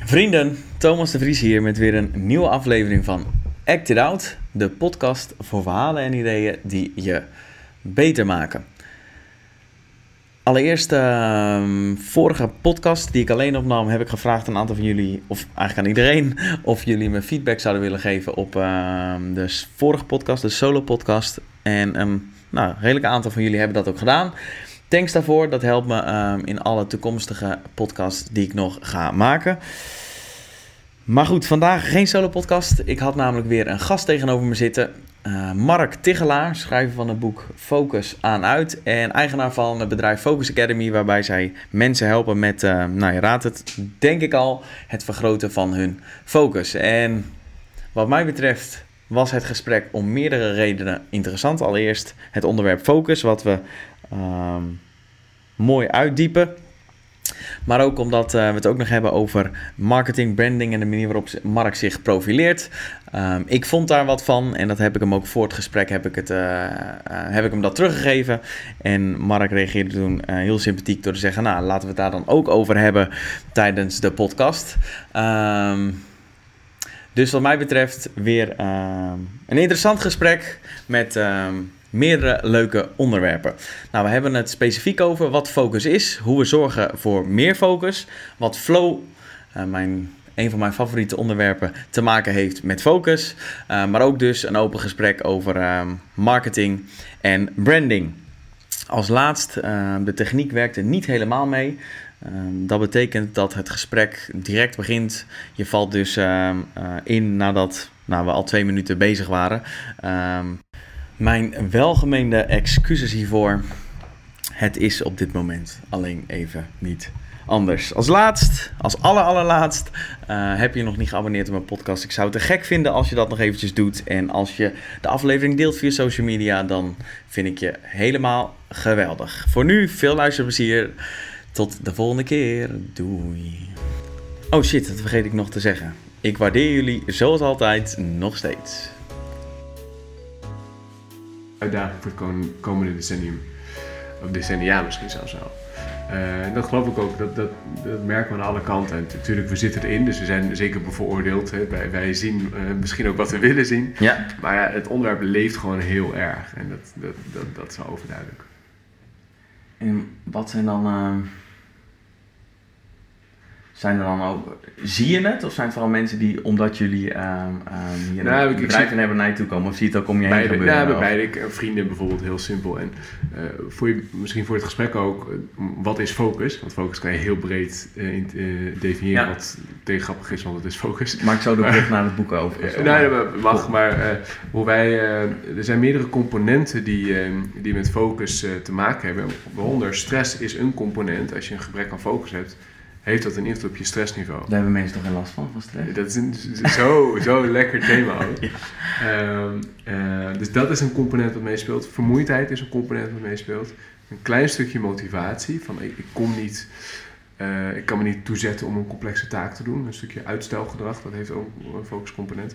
Vrienden, Thomas de Vries hier met weer een nieuwe aflevering van Act It Out, de podcast voor verhalen en ideeën die je beter maken. Allereerst, vorige podcast die ik alleen opnam, heb ik gevraagd aan een aantal van jullie, of eigenlijk aan iedereen, of jullie me feedback zouden willen geven op de vorige podcast, de solo podcast. En een redelijk aantal van jullie hebben dat ook gedaan. Thanks daarvoor, dat helpt me in alle toekomstige podcasts die ik nog ga maken. Maar goed, vandaag geen solo podcast. Ik had namelijk weer een gast tegenover me zitten. Mark Tigelaar, schrijver van het boek Focus aan uit. En eigenaar van het bedrijf Focus Academy, waarbij zij mensen helpen met, je raadt het, denk ik al, het vergroten van hun focus. En wat mij betreft was het gesprek om meerdere redenen interessant. Allereerst het onderwerp focus, wat we mooi uitdiepen. Maar ook omdat we het ook nog hebben over marketing, branding en de manier waarop Mark zich profileert. Ik vond daar wat van en dat heb ik hem ook voor het gesprek heb ik hem dat teruggegeven. En Mark reageerde toen heel sympathiek door te zeggen, laten we het daar dan ook over hebben tijdens de podcast. Dus wat mij betreft weer een interessant gesprek met meerdere leuke onderwerpen. We hebben het specifiek over wat focus is, hoe we zorgen voor meer focus, wat flow, een van mijn favoriete onderwerpen, te maken heeft met focus, maar ook dus een open gesprek over marketing en branding. Als laatst, de techniek werkte niet helemaal mee. Dat betekent dat het gesprek direct begint. Je valt dus in nadat we al 2 minuten bezig waren. Mijn welgemeende excuses hiervoor. Het is op dit moment alleen even niet anders. Als allerlaatst heb je nog niet geabonneerd op mijn podcast. Ik zou het te gek vinden als je dat nog eventjes doet. En als je de aflevering deelt via social media, dan vind ik je helemaal geweldig. Voor nu, veel luisterplezier. Tot de volgende keer. Doei. Oh shit, dat vergeet ik nog te zeggen. Ik waardeer jullie zoals altijd nog steeds. Uitdaging voor het komende decennium. Of decennia misschien zelfs wel. Dat geloof ik ook, dat merken we aan alle kanten. En natuurlijk, we zitten erin, dus we zijn zeker bevooroordeeld. Hè. Wij zien misschien ook wat we willen zien. Ja. Maar ja, het onderwerp leeft gewoon heel erg. En dat is wel overduidelijk. En wat zijn dan... Zijn er dan ook, zie je het? Of zijn het vooral mensen die, omdat jullie hier een bedrijf hebben, naar je toe komen? Of zie je het ook om je heen gebeuren? Bij beide. Vrienden bijvoorbeeld, heel simpel. En misschien voor het gesprek ook, wat is focus? Want focus kan je heel breed definiëren, wat tegen grappig is, want het is focus. Maak zo de brug naar het boek over. Dat mag, maar er zijn meerdere componenten die met focus te maken hebben. Waaronder stress is een component. Als je een gebrek aan focus hebt, heeft dat een invloed op je stressniveau. Daar hebben mensen toch geen last van stress? Dat is zo'n lekker thema ook. Ja. Dus dat is een component wat meespeelt. Vermoeidheid is een component wat meespeelt. Een klein stukje motivatie. Van ik kan me niet toezetten om een complexe taak te doen. Een stukje uitstelgedrag, dat heeft ook een focuscomponent.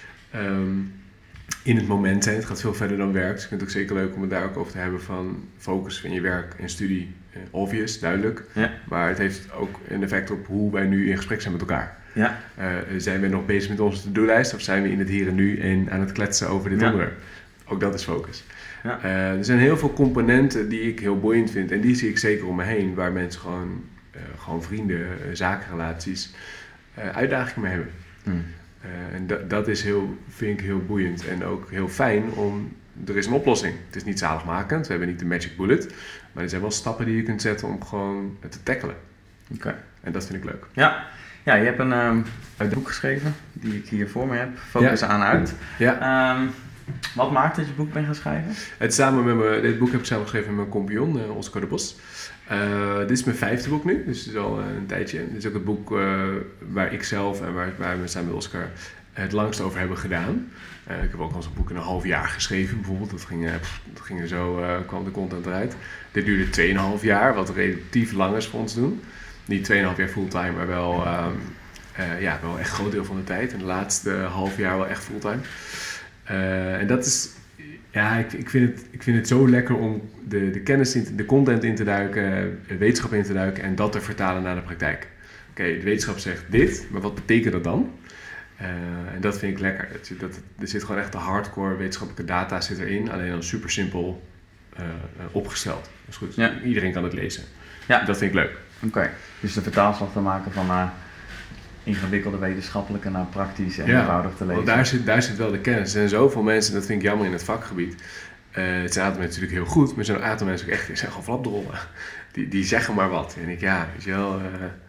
In het moment zijn, het gaat veel verder dan werk. Dus ik vind het ook zeker leuk om het daar ook over te hebben van focus in je werk en studie. Obvious, duidelijk. Ja. Maar het heeft ook een effect op hoe wij nu in gesprek zijn met elkaar. Ja. Zijn we nog bezig met onze to-do-lijst of zijn we in het hier en nu en aan het kletsen over dit onderwerp? Ook dat is focus. Ja. Er zijn heel veel componenten die ik heel boeiend vind en die zie ik zeker om me heen, waar mensen gewoon vrienden, zakenrelaties, uitdagingen mee hebben. En dat is vind ik heel boeiend en ook heel fijn er is een oplossing. Het is niet zaligmakend, we hebben niet de magic bullet, maar er zijn wel stappen die je kunt zetten om gewoon het te tackelen. Okay. En dat vind ik leuk. Ja, je hebt een boek geschreven die ik hier voor me heb, Focus aan uit. Ja. Wat maakt dat je boek bent gaan schrijven? Dit boek heb ik samen geschreven met mijn compagnon, Oscar de Bos. Dit is mijn 5e boek nu, dus het is al een tijdje. Dit is ook het boek waar ik zelf en waar we samen met Oscar het langst over hebben gedaan. Ik heb ook al zo'n boek in een half jaar geschreven bijvoorbeeld. Kwam de content eruit. Dit duurde 2,5 jaar, wat relatief lang is voor ons doen. Niet 2,5 jaar fulltime, maar wel echt een groot deel van de tijd. En de laatste half jaar wel echt fulltime. En dat is... Ja, ik vind het zo lekker om de kennis, de content in te duiken, wetenschap in te duiken en dat te vertalen naar de praktijk. oké, de wetenschap zegt dit, maar wat betekent dat dan? En dat vind ik lekker. Er zit gewoon echt de hardcore wetenschappelijke data zit erin, alleen dan super simpel opgesteld. Dat is goed. Ja. Iedereen kan het lezen. Ja. Dat vind ik leuk. Oké. Dus de vertaalslag te maken van ingewikkelde wetenschappelijke naar praktisch en eenvoudig te lezen. Want daar zit wel de kennis. Er zijn zoveel mensen, dat vind ik jammer in het vakgebied. Het zijn een aantal mensen natuurlijk heel goed, maar er zijn een aantal mensen ook echt, die zijn gewoon flapdrollen. Die zeggen maar wat. En ik, weet je wel,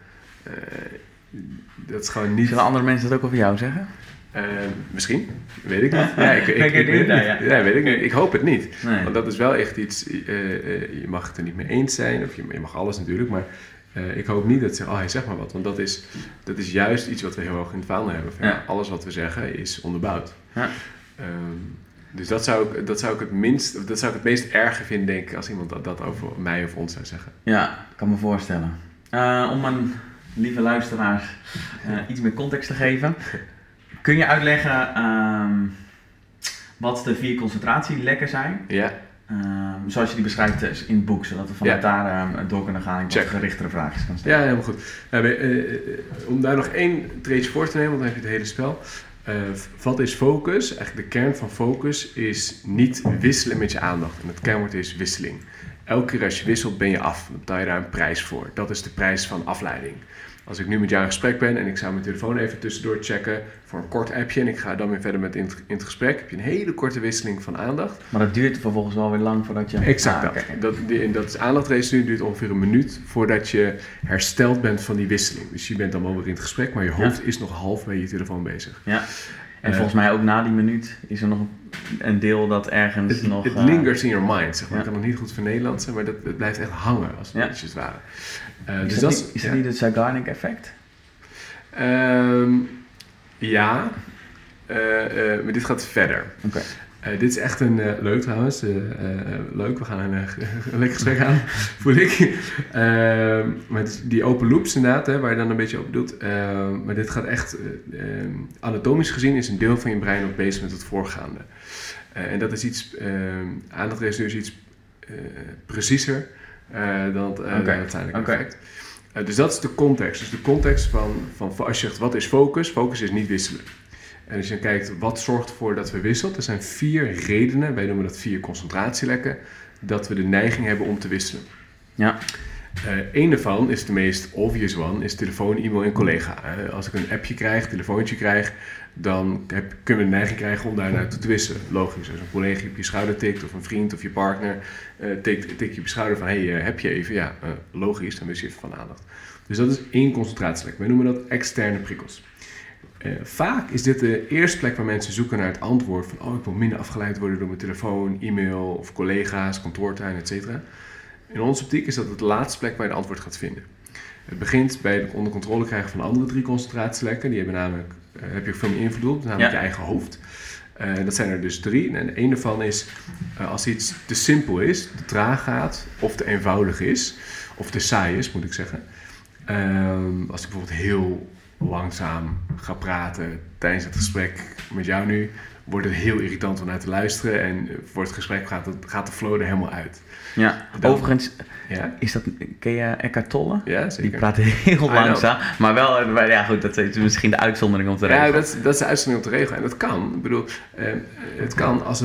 dat is gewoon niet... Zullen andere mensen dat ook over jou zeggen? Misschien, weet ik niet. Ja, ik weet het niet. Ja, weet ik niet. Ik hoop het niet. Nee. Want dat is wel echt iets, je mag het er niet mee eens zijn, of je mag alles natuurlijk, maar ik hoop niet dat ze zeggen, zeg maar wat. Want dat is juist iets wat we heel erg in het vaandel hebben. Van, alles wat we zeggen is onderbouwd. Ja. Dus dat zou ik het meest erge vinden, denk ik, als iemand dat over mij of ons zou zeggen. Ja, ik kan me voorstellen. Om aan lieve luisteraars iets meer context te geven. Kun je uitleggen wat de 4 concentratielekken zijn? Ja. Zoals je die beschrijft in het boek, zodat we vanuit daar door kunnen gaan en wat gerichtere vragen kan stellen. Ja, helemaal goed. Om daar nog 1 treetje voor te nemen, want dan heb je het hele spel. Wat is focus? Eigenlijk de kern van focus is niet wisselen met je aandacht. En het kernwoord is wisseling. Elke keer als je wisselt ben je af. Dan betaal je daar een prijs voor. Dat is de prijs van afleiding. Als ik nu met jou in gesprek ben en ik zou mijn telefoon even tussendoor checken voor een kort appje en ik ga dan weer verder met in het gesprek, heb je een hele korte wisseling van aandacht. Maar dat duurt vervolgens wel weer lang voordat je... Exact dat is aandachtresidue, duurt ongeveer een minuut voordat je hersteld bent van die wisseling. Dus je bent dan wel weer in het gesprek, maar je hoofd is nog half bij je telefoon bezig. Ja. En volgens mij ook na die minuut is er nog een deel dat ergens nog... Het lingers in your mind, zeg maar. Ik kan nog niet goed van Nederlands zijn, maar het blijft echt hangen als het ware. Is dat niet het Zeigarnik effect? Ja, maar dit gaat verder. Okay. Dit is echt leuk trouwens. Leuk, we gaan een lekker gesprek aan, voel ik. Maar die open loops inderdaad, waar je dan een beetje op doet. Maar dit gaat echt, anatomisch gezien is een deel van je brein ook bezig met het voorgaande. En dat is iets, aandachtresidue is iets preciezer dan het uiteindelijke effect. Dus dat is de context. Dus de context van als je zegt wat is focus? Focus is niet wisselen. En als je dan kijkt wat zorgt ervoor dat we wisselen, er zijn 4 redenen, wij noemen dat 4 concentratielekken, dat we de neiging hebben om te wisselen. Ja. Eén daarvan is de meest obvious one, is telefoon, e-mail en collega. Als ik een appje krijg, telefoontje krijg, dan kunnen we de neiging krijgen om daar naartoe te wisselen. Logisch, als een collega op je schouder tikt of een vriend of je partner tikt je op je schouder van heb je even? Ja, logisch, dan wist je even van aandacht. Dus dat is 1 concentratielek. Wij noemen dat externe prikkels. Vaak is dit de eerste plek waar mensen zoeken naar het antwoord van ik wil minder afgeleid worden door mijn telefoon, e-mail of collega's, kantoortuin, etc. In onze optiek is dat de laatste plek waar je het antwoord gaat vinden. Het begint bij het onder controle krijgen van de andere 3 concentratielekken. Die hebben namelijk, heb je ook veel meer invloed op, namelijk je eigen hoofd. Dat zijn er dus 3. En één daarvan is als iets te simpel is, te traag gaat of te eenvoudig is, of te saai is, moet ik zeggen. Als ik bijvoorbeeld heel langzaam ga praten tijdens het gesprek met jou nu, wordt het heel irritant om naar te luisteren en voor het gesprek gaat de flow er helemaal uit. Ja, overigens, ken je Eckhart Tolle? Ja, zeker. Die praat heel langzaam, maar wel, goed, dat is misschien de uitzondering om te regelen. Ja, dat is de uitzondering om te regelen en dat kan. Ik bedoel, het kan als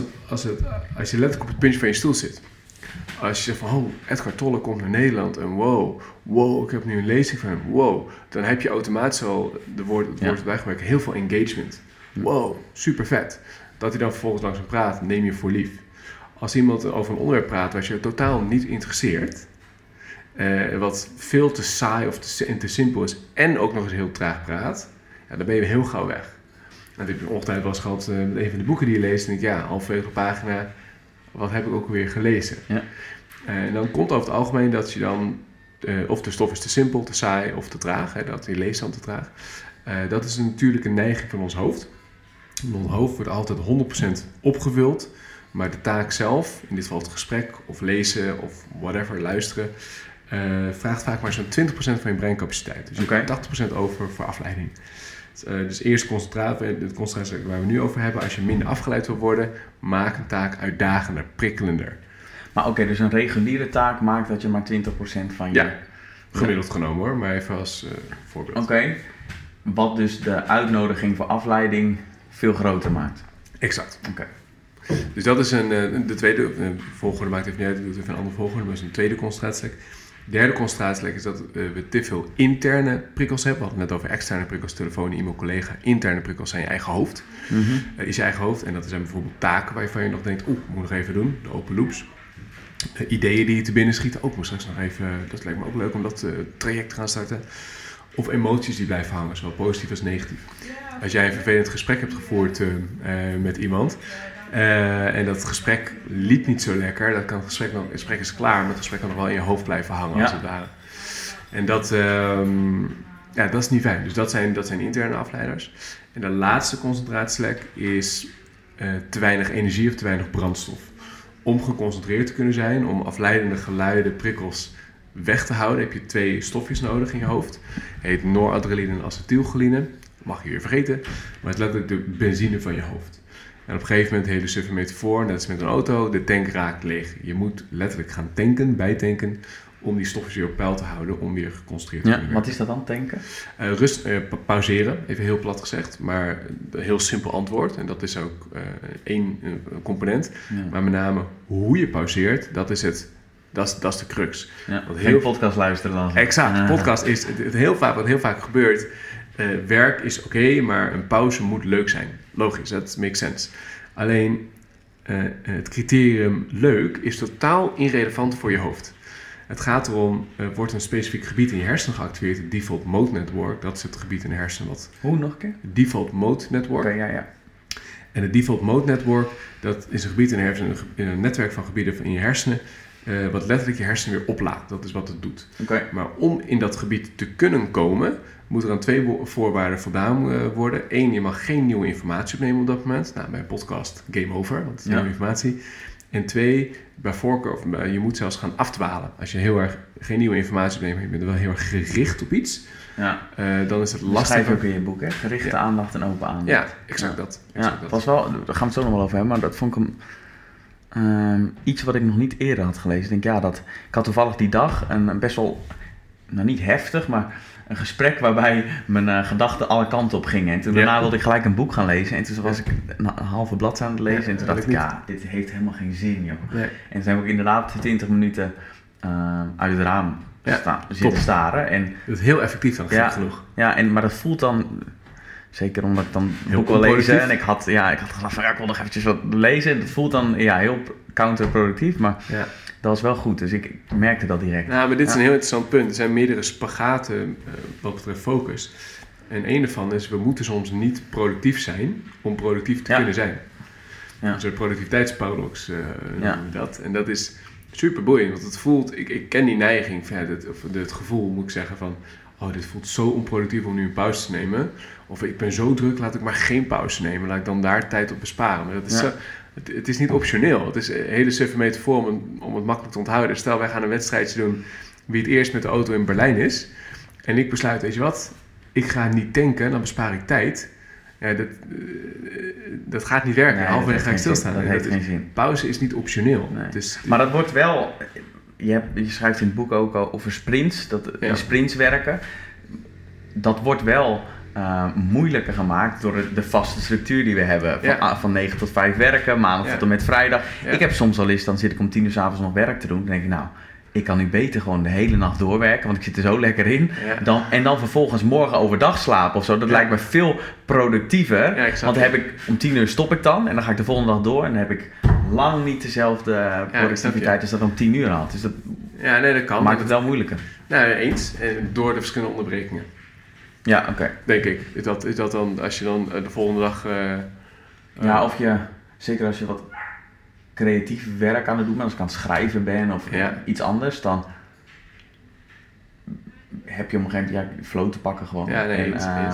je letterlijk op het puntje van je stoel zit. Als je zegt van, Eckhart Tolle komt naar Nederland en wow, ik heb nu een lezing van hem, wow. Dan heb je automatisch al het woord bijgebruiken, heel veel engagement. Wow, super vet. Dat hij dan vervolgens langzaam praat, neem je voor lief. Als iemand over een onderwerp praat wat je totaal niet interesseert, wat veel te saai of te simpel is en ook nog eens heel traag praat, dan ben je heel gauw weg. Dat heb je ongetwijfeld wel eens gehad met een van de boeken die je leest en denk halverwege pagina, wat heb ik ook weer gelezen? Ja. En dan komt over het algemeen dat je dan, of de stof is te simpel, te saai of te traag, dat je leest dan te traag. Dat is natuurlijk een neiging van ons hoofd. Ons hoofd wordt altijd 100% opgevuld, maar de taak zelf, in dit geval het gesprek of lezen of whatever, luisteren, vraagt vaak maar zo'n 20% van je breincapaciteit. Dus je hebt 80% over voor afleiding. Dus eerst de concentratie waar we nu over hebben, als je minder afgeleid wil worden, maak een taak uitdagender, prikkelender. Maar dus een reguliere taak maakt dat je maar 20% van je Gemiddeld genomen hoor, maar even als voorbeeld. Oké. Wat dus de uitnodiging voor afleiding veel groter maakt. Exact. Oké. Dus dat is de tweede, volgorde maakt even niet uit, ik doe het even een andere volgorde, maar dat is een tweede concentratielek. De derde concentratielek is dat we te veel interne prikkels hebben. We hadden het net over externe prikkels, telefoon, e-mail, collega. Interne prikkels zijn je eigen hoofd. Is je eigen hoofd. En dat zijn bijvoorbeeld taken waarvan je nog denkt, moet nog even doen. De open loops. Ideeën die je te binnen schieten. Moet straks nog even, dat lijkt me ook leuk om dat traject te gaan starten. Of emoties die blijven hangen, zowel positief als negatief. Als jij een vervelend gesprek hebt gevoerd met iemand... en dat gesprek liep niet zo lekker. Dat kan het gesprek is klaar, maar het gesprek kan nog wel in je hoofd blijven hangen als het ware. En dat is niet fijn. Dus dat zijn interne afleiders. En de laatste concentratielek is te weinig energie of te weinig brandstof. Om geconcentreerd te kunnen zijn, om afleidende geluiden, prikkels weg te houden, heb je 2 stofjes nodig in je hoofd. Heet noradrenaline en acetylcholine. Mag je weer vergeten, maar het is letterlijk de benzine van je hoofd. En op een gegeven moment, hele suffe metafoor, net als met een auto, de tank raakt leeg. Je moet letterlijk gaan tanken, bijtanken, om die stofjes weer op peil te houden, om weer geconcentreerd te kunnen werken. Wat is dat dan, tanken? Pauzeren, even heel plat gezegd, maar een heel simpel antwoord. En dat is ook één component. Ja. Maar met name hoe je pauzeert, dat is de crux. Ja, geen podcast luisteren dan. Exact, podcast is wat heel vaak gebeurt. Werk is oké, maar een pauze moet leuk zijn. Logisch, dat makes sense. Alleen het criterium leuk is totaal irrelevant voor je hoofd. Het gaat erom, wordt een specifiek gebied in je hersenen geactiveerd, het default mode network. Dat is het gebied in de hersenen wat... Hoe, nog een keer? Default mode network. Oké, ja. En het default mode network, dat is een gebied in de hersenen, in een netwerk van gebieden in je hersenen, wat letterlijk je hersenen weer oplaadt. Dat is wat het doet. Okay. Maar om in dat gebied te kunnen komen, moet er aan 2 voorwaarden voldaan worden. 1, je mag geen nieuwe informatie opnemen op dat moment. Nou, bij een podcast, game over, want het is nieuwe informatie. En 2, bij voorkeur, je moet zelfs gaan afdwalen. Als je heel erg geen nieuwe informatie opneemt, maar je bent wel heel erg gericht op iets, dan is het lastig. Schrijf je ook in je boek, hè? Gerichte aandacht en open aandacht. Ja, exact dat. Dat was wel, daar gaan we het zo nog wel over hebben, maar dat vond ik iets wat ik nog niet eerder had gelezen. Ik denk, ik had toevallig die dag een best wel, niet heftig, maar een gesprek waarbij mijn gedachten alle kanten op gingen. En toen daarna wilde ik gelijk een boek gaan lezen. En toen was ik een halve bladzijde aan het lezen. En toen dacht ik, dit heeft helemaal geen zin, joh. Nee. En toen heb ik inderdaad 20 minuten uit het raam zitten staren. En, dat is heel effectief dan, genoeg. Ja, maar dat voelt dan... Zeker omdat ik dan het boek wil lezen. En ik had gedacht van, ik wil nog eventjes wat lezen. Dat voelt dan heel counterproductief, maar... Ja. Dat was wel goed, dus ik merkte dat direct. Nou, maar dit is een heel interessant punt. Er zijn meerdere spagaten wat betreft focus. En een daarvan is, we moeten soms niet productief zijn om productief te kunnen zijn. Ja. Een soort productiviteitsparadox noemen we dat. En dat is super boeiend, want het voelt... Ik ken die neiging, het gevoel moet ik zeggen van... dit voelt zo onproductief om nu een pauze te nemen. Of ik ben zo druk, laat ik maar geen pauze nemen. Laat ik dan daar tijd op besparen. Maar dat is zo... Het is niet optioneel. Het is een hele suffe metafoor om het makkelijk te onthouden. Stel, wij gaan een wedstrijdje doen wie het eerst met de auto in Berlijn is. En ik besluit, weet je wat? Ik ga niet tanken, dan bespaar ik tijd. Ja, dat gaat niet werken. Nee, halverwege ga ik stilstaan. Dat heeft geen zin. Pauze is niet optioneel. Nee. Maar dat wordt wel... Je schrijft in het boek ook al over sprints. In sprints werken. Dat wordt wel... moeilijker gemaakt door de vaste structuur die we hebben. Van 9 tot 5 werken, maandag tot en met vrijdag. Ja. Ik heb soms al eens, dan zit ik om 10:00 's avonds nog werk te doen. Dan denk ik, ik kan nu beter gewoon de hele nacht doorwerken, want ik zit er zo lekker in. Ja. En dan vervolgens morgen overdag slapen of zo. Dat lijkt me veel productiever. Ja, want dan heb ik om 10:00 stop ik dan en dan ga ik de volgende dag door. En dan heb ik lang niet dezelfde productiviteit als dat om 10:00 had. Dus dat, dat kan. Maakt het wel moeilijker. Eens. En door de verschillende onderbrekingen. Ja, oké. Denk ik. Is dat dan, als je dan de volgende dag... of je, zeker als je wat creatief werk aan het doen bent, als ik aan het schrijven ben of iets anders, dan heb je op een gegeven moment flow te pakken gewoon. Ja, nee,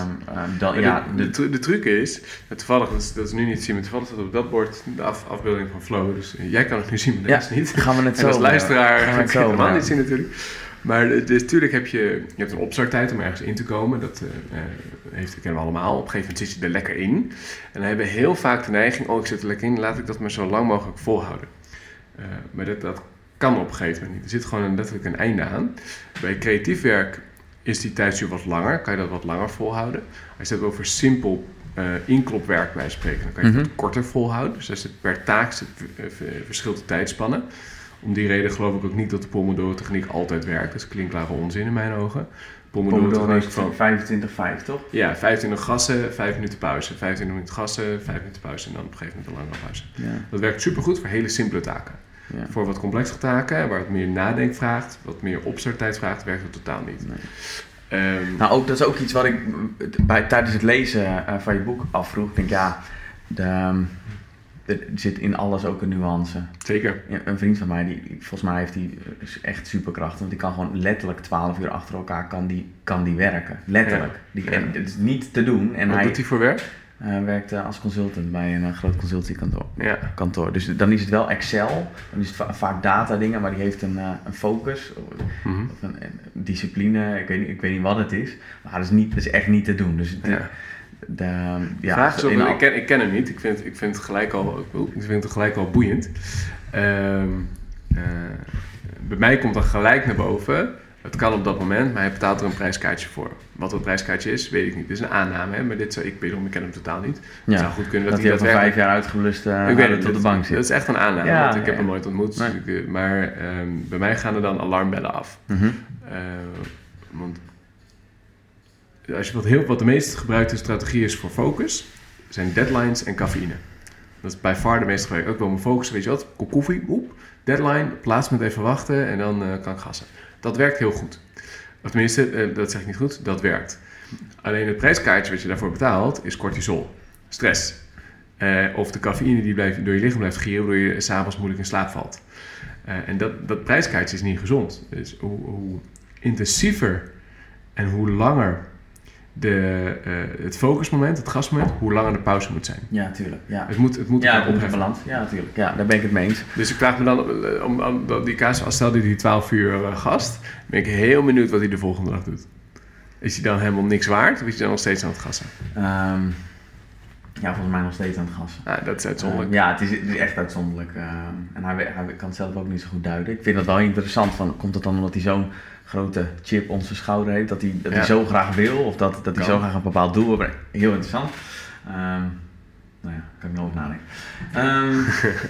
de truc is, toevallig, dat is nu niet te zien, maar toevallig staat op dat bord de afbeelding van flow. Dus jij kan het nu zien, maar dat is niet. Gaan we het zo. En als luisteraar ga ik het helemaal niet zien natuurlijk. Maar dus natuurlijk heb je hebt een opstarttijd om ergens in te komen. Dat kennen we allemaal. Op een gegeven moment zit je er lekker in. En dan hebben we heel vaak de neiging, ik zit er lekker in, laat ik dat maar zo lang mogelijk volhouden. Maar dat kan op een gegeven moment niet. Er zit gewoon letterlijk een einde aan. Bij creatief werk is die tijdsduur wat langer. Kan je dat wat langer volhouden. Als je het over simpel inklopwerk bij spreken, dan kan je het wat korter volhouden. Dus als het per taak verschilt de tijdspannen. Om die reden geloof ik ook niet dat de Pomodoro-techniek altijd werkt. Dat is klinkklare onzin in mijn ogen. Pomodoro is van 25-5, toch? Ja, 25 gassen, 5 minuten pauze. 25 minuten gassen, 5 minuten pauze en dan op een gegeven moment een langere pauze. Ja. Dat werkt supergoed voor hele simpele taken. Ja. Voor wat complexere taken, waar het meer nadenk vraagt, wat meer opstarttijd vraagt, werkt het totaal niet. Nee. Nou, dat is ook iets wat ik tijdens het lezen van je boek afvroeg. Ik denk, er zit in alles ook een nuance. Zeker. Ja, een vriend van mij, volgens mij heeft hij echt superkracht. Want die kan gewoon letterlijk 12 uur achter elkaar kan die werken. Letterlijk. Ja. En het is niet te doen. En wat doet hij voor werk? Hij werkt als consultant bij een groot consultiekantoor. Dus dan is het wel Excel. Dan is het vaak data dingen. Maar die heeft een focus. Of een discipline. Ik weet niet wat het is. Maar dat is echt niet te doen. Dus vraag is of, ik ken hem niet. Ik vind het gelijk al boeiend. Bij mij komt er gelijk naar boven. Het kan op dat moment, maar hij betaalt er een prijskaartje voor. Wat dat prijskaartje is, weet ik niet. Het is een aanname, hè? Maar ik ken hem totaal niet. Het zou goed kunnen dat hij dat 5 jaar uitgeblust op de bank zit. Dat is echt een aanname, want ik heb hem nooit ontmoet. Nee. Maar bij mij gaan er dan alarmbellen af. Want als je wat de meest gebruikte strategie is voor focus, zijn deadlines en cafeïne. Dat is by far de meest gebruikte. Ook wel mijn focus, weet je wat? Kop koffie, deadline, plaats met even wachten en dan kan ik gassen. Dat werkt heel goed. Of tenminste, dat zeg ik niet goed, dat werkt. Alleen het prijskaartje wat je daarvoor betaalt is cortisol, stress. Of de cafeïne die door je lichaam blijft gieren, waardoor je 's avonds moeilijk in slaap valt. En dat prijskaartje is niet gezond. Dus hoe intensiever en hoe langer het focusmoment, het gasmoment, hoe langer de pauze moet zijn. Ja, tuurlijk. Ja. Het moet opheffen. Balans. Ja, natuurlijk. Ja, daar ben ik het mee eens. Dus ik vraag me dan, om die kaas, als stel die 12 uur gast, ben ik heel benieuwd wat hij de volgende dag doet. Is hij dan helemaal niks waard of is hij dan nog steeds aan het gassen? Volgens mij nog steeds aan het gassen. Dat is uitzonderlijk. Het is echt uitzonderlijk. En hij kan het zelf ook niet zo goed duiden. Ik vind dat wel interessant. Komt het dan omdat hij zo'n grote chip om zijn schouder heeft, dat hij zo graag wil, of dat hij zo graag een bepaald doel heeft? Heel interessant. Kan ik nog over nadenken.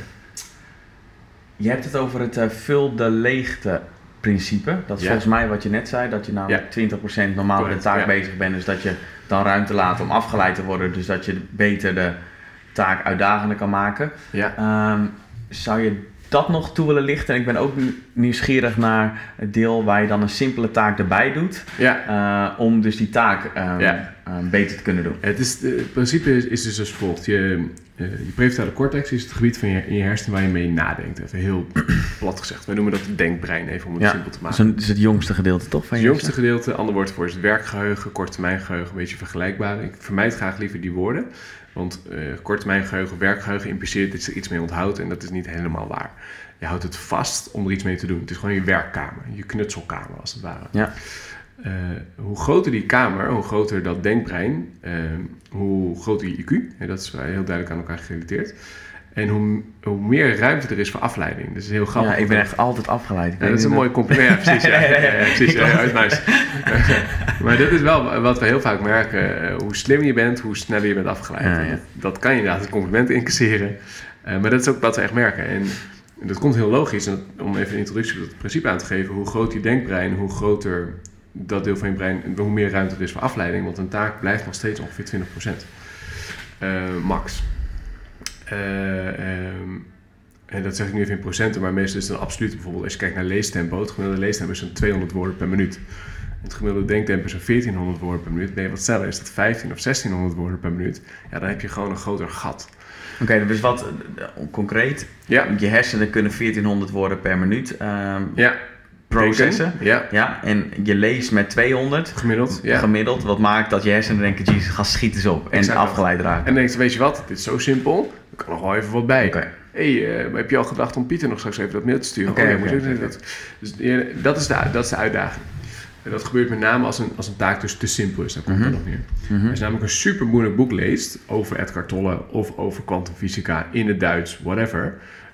Je hebt het over het vul de leegte principe. Dat is volgens mij wat je net zei, dat je namelijk 20% normaal met de taak bezig bent, dus dat je dan ruimte laat om afgeleid te worden, dus dat je beter de taak uitdagender kan maken. Zou je dat nog toe willen lichten? En ik ben ook nieuwsgierig naar het deel waar je dan een simpele taak erbij doet, om dus die taak beter te kunnen doen. Het principe is dus als volgt. Je prefrontale cortex is het gebied van in je hersenen waar je mee nadenkt. Even heel plat gezegd. Wij noemen dat het denkbrein, even om het simpel te maken. Dat is het jongste gedeelte, toch? Van het jongste gedeelte, ander woord voor is het werkgeheugen, korttermijngeheugen, een beetje vergelijkbaar. Ik vermijd graag liever die woorden. Want korttermijngeheugen, werkgeheugen impliceert dat je er iets mee onthoudt en dat is niet helemaal waar. Je houdt het vast om er iets mee te doen. Het is gewoon je werkkamer, je knutselkamer als het ware. Ja. Hoe groter die kamer, hoe groter dat denkbrein, hoe groter je IQ. Dat is heel duidelijk aan elkaar gerelateerd. En hoe meer ruimte er is voor afleiding. Dat is heel grappig. Ja, ik ben echt altijd afgeleid. Dat is een mooi compliment. Ja, precies. Precies. Uitmuis. Maar dit is wel wat we heel vaak merken. Hoe slimmer je bent, hoe sneller je bent afgeleid. Dat kan je inderdaad het compliment incasseren. Maar dat is ook wat we echt merken. En dat komt heel logisch. En om even een introductie op het principe aan te geven. Hoe groter je denkbrein, hoe groter dat deel van je brein, hoe meer ruimte er is voor afleiding. Want een taak blijft nog steeds ongeveer 20%. Max. En dat zeg ik nu even in procenten, maar meestal is het dan absoluut. Bijvoorbeeld als je kijkt naar leestempo, het gemiddelde leestempo is zo'n 200 woorden per minuut. Het gemiddelde denktempo is zo'n 1400 woorden per minuut. Ben je wat sneller, is dat 15 of 1600 woorden per minuut. Ja, dan heb je gewoon een groter gat. Oké, dus wat concreet? Ja. Je hersenen kunnen 1400 woorden per minuut processen. Ja. En je leest met 200 gemiddeld. Wat maakt dat je hersenen denken, jezus, ga schiet eens op. En afgeleid raken. En dan denk je, weet je wat, dit is zo simpel. Er kan nog wel even wat bij. Okay. Heb je al gedacht om Pieter nog straks even dat mail te sturen? Dus dat is de uitdaging. En dat gebeurt met name als een taak dus te simpel is. Daar komt dat nog neer. Als je namelijk een super moeilijk boek leest over Edgar Tolle of over kwantumfysica in het Duits, whatever.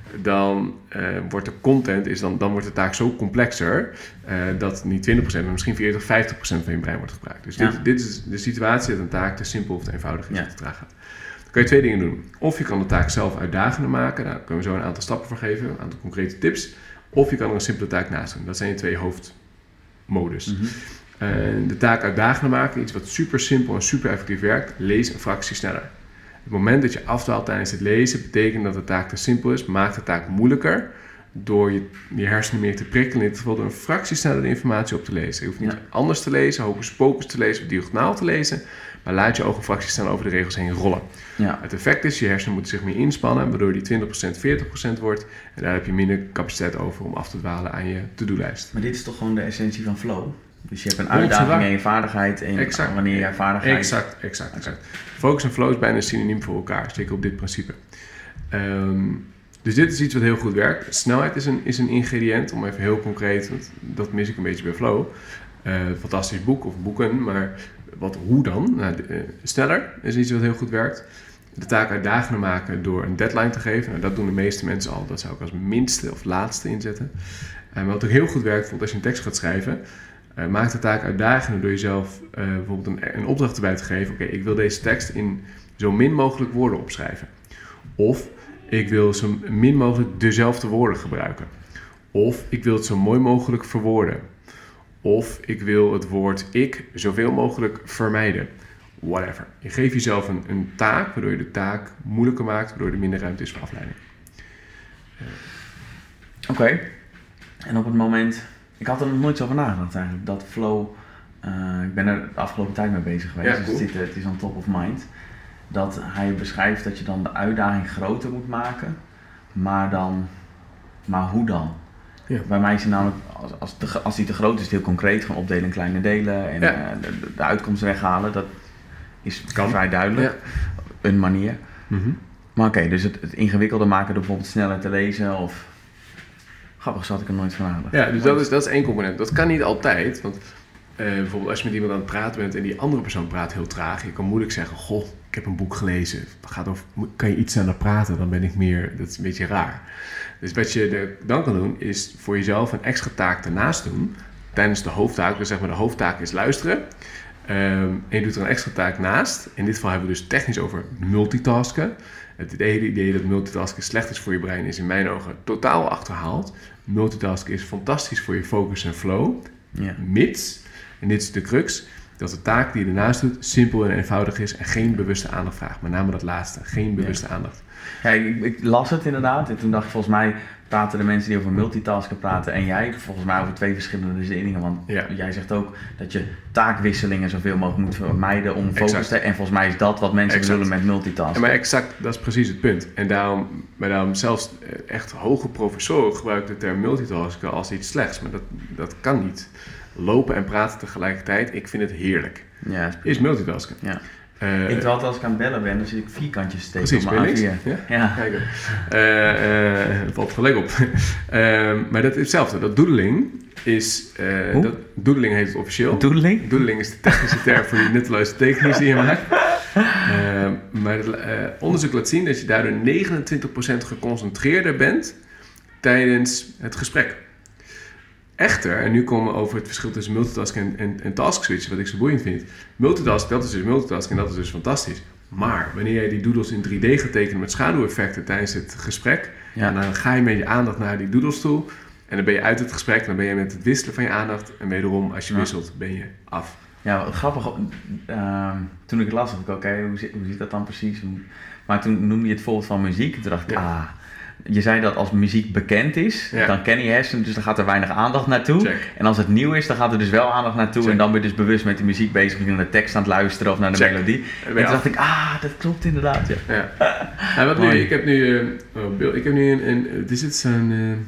dan wordt de content, dan wordt de taak zo complexer dat niet 20%, maar misschien 40-50% van je brein wordt gebruikt. Dus dit is de situatie dat een taak te simpel of te eenvoudig is om te traag gaat. Dan kan je 2 dingen doen. Of je kan de taak zelf uitdagender maken. Daar kunnen we zo een aantal stappen voor geven, een aantal concrete tips. Of je kan er een simpele taak naast doen. Dat zijn je 2 hoofdmodus. De taak uitdagender maken, iets wat super simpel en super effectief werkt, lees een fractie sneller. Het moment dat je afdwaalt tijdens het lezen betekent dat de taak te simpel is, maakt de taak moeilijker door je hersenen meer te prikkelen, in dit geval door een fractie sneller de informatie op te lezen. Je hoeft niet anders te lezen, hocus pocus te lezen of diagonaal te lezen, maar laat je ogen een fractie sneller over de regels heen rollen. Ja. Het effect is, je hersenen moeten zich meer inspannen, waardoor die 20% 40% wordt en daar heb je minder capaciteit over om af te dwalen aan je to-do-lijst. Maar dit is toch gewoon de essentie van flow? Dus je hebt een uitdaging en je vaardigheid en wanneer je vaardigheid... Exact. Focus en flow is bijna synoniem voor elkaar, zeker op dit principe. Dus dit is iets wat heel goed werkt. Snelheid is een ingrediënt, om even heel concreet, want dat mis ik een beetje bij flow. Fantastisch boek of boeken, maar hoe dan? Sneller is iets wat heel goed werkt. De taak uitdagender maken door een deadline te geven. Nou, dat doen de meeste mensen al. Dat zou ik als minste of laatste inzetten. Maar wat ook heel goed werkt, bijvoorbeeld als je een tekst gaat schrijven, maak de taak uitdagender door jezelf bijvoorbeeld een opdracht erbij te geven. Oké, ik wil deze tekst in zo min mogelijk woorden opschrijven. Of ik wil zo min mogelijk dezelfde woorden gebruiken. Of ik wil het zo mooi mogelijk verwoorden. Of ik wil het woord ik zoveel mogelijk vermijden. Whatever. Je geeft jezelf een taak, waardoor je de taak moeilijker maakt, waardoor er minder ruimte is voor afleiding. Oké. En op het moment... Ik had er nog nooit zo over nagedacht eigenlijk, dat flow... ik ben er de afgelopen tijd mee bezig geweest, ja, cool. Dus het is on top of mind. Dat hij beschrijft dat je dan de uitdaging groter moet maken, maar hoe dan? Ja. Bij mij is het namelijk, als die te groot is, heel concreet, gewoon opdelen in kleine delen en de uitkomst weghalen, dat is vrij duidelijk, een manier. Mm-hmm. Maar oké, dus het ingewikkelder maken door bijvoorbeeld sneller te lezen of... Grappig, zo had ik er nooit van nagedacht. Ja, dus dat is één component. Dat kan niet altijd, want bijvoorbeeld als je met iemand aan het praten bent en die andere persoon praat heel traag, je kan moeilijk zeggen, goh, ik heb een boek gelezen. Het gaat over, kan je iets sneller praten, dan ben ik meer, dat is een beetje raar. Dus wat je dan kan doen, is voor jezelf een extra taak ernaast doen, tijdens de hoofdtaak. Dus zeg maar de hoofdtaak is luisteren. En je doet er een extra taak naast. In dit geval hebben we dus technisch over multitasken. Het hele idee dat multitasken slecht is voor je brein is in mijn ogen totaal achterhaald. Multitasken is fantastisch voor je focus en flow. Ja. Mits, en dit is de crux, dat de taak die je ernaast doet simpel en eenvoudig is en geen bewuste aandacht vraagt. Met name dat laatste, geen bewuste aandacht. Ja, ik las het inderdaad en toen dacht ik volgens mij praten de mensen die over multitasken praten en jij volgens mij over 2 verschillende dingen. Want jij zegt ook dat je taakwisselingen zoveel mogelijk moet vermijden om focus te... En volgens mij is dat wat mensen bedoelen met multitasken. Ja, maar exact, dat is precies het punt. En daarom zelfs echt hoge professoren gebruiken de term multitasken als iets slechts. Maar dat kan niet. Lopen en praten tegelijkertijd, ik vind het heerlijk. Ja, is multitasken. Ja. Ik doe altijd als ik aan het bellen ben, dan zit ik 4kantjes te steken op mijn A4. Ja. Kijk, dat valt gelijk op. Maar dat is hetzelfde. Dat doodling is... doodling heet het officieel. Doodling? Doodling is de technische term voor die nutteloze tekeningen die je maakt. Maar onderzoek laat zien dat je daardoor 29% geconcentreerder bent tijdens het gesprek. Echter, en nu komen we over het verschil tussen multitasking en task switch, wat ik zo boeiend vind. Multitasking, dat is dus multitasking en dat is dus fantastisch. Maar wanneer jij die doodles in 3D gaat tekenen met schaduweffecten tijdens het gesprek, en dan ga je met je aandacht naar die doodles toe en dan ben je uit het gesprek, dan ben je met het wisselen van je aandacht en wederom, als je wisselt, ben je af. Ja, wat grappig. Toen ik het las, dacht ik, oké, hoe zit dat dan precies? Maar toen noemde je het voorbeeld van muziek, toen dacht ik, je zei dat als muziek bekend is, dan ken je hersenen, dus dan gaat er weinig aandacht naartoe. Check. En als het nieuw is, dan gaat er dus wel aandacht naartoe. Check. En dan ben je dus bewust met de muziek bezig, naar de tekst aan het luisteren of naar de melodie. En toen dacht ik, dat klopt inderdaad. Ja. Wat nu? Ik heb nu een dit is een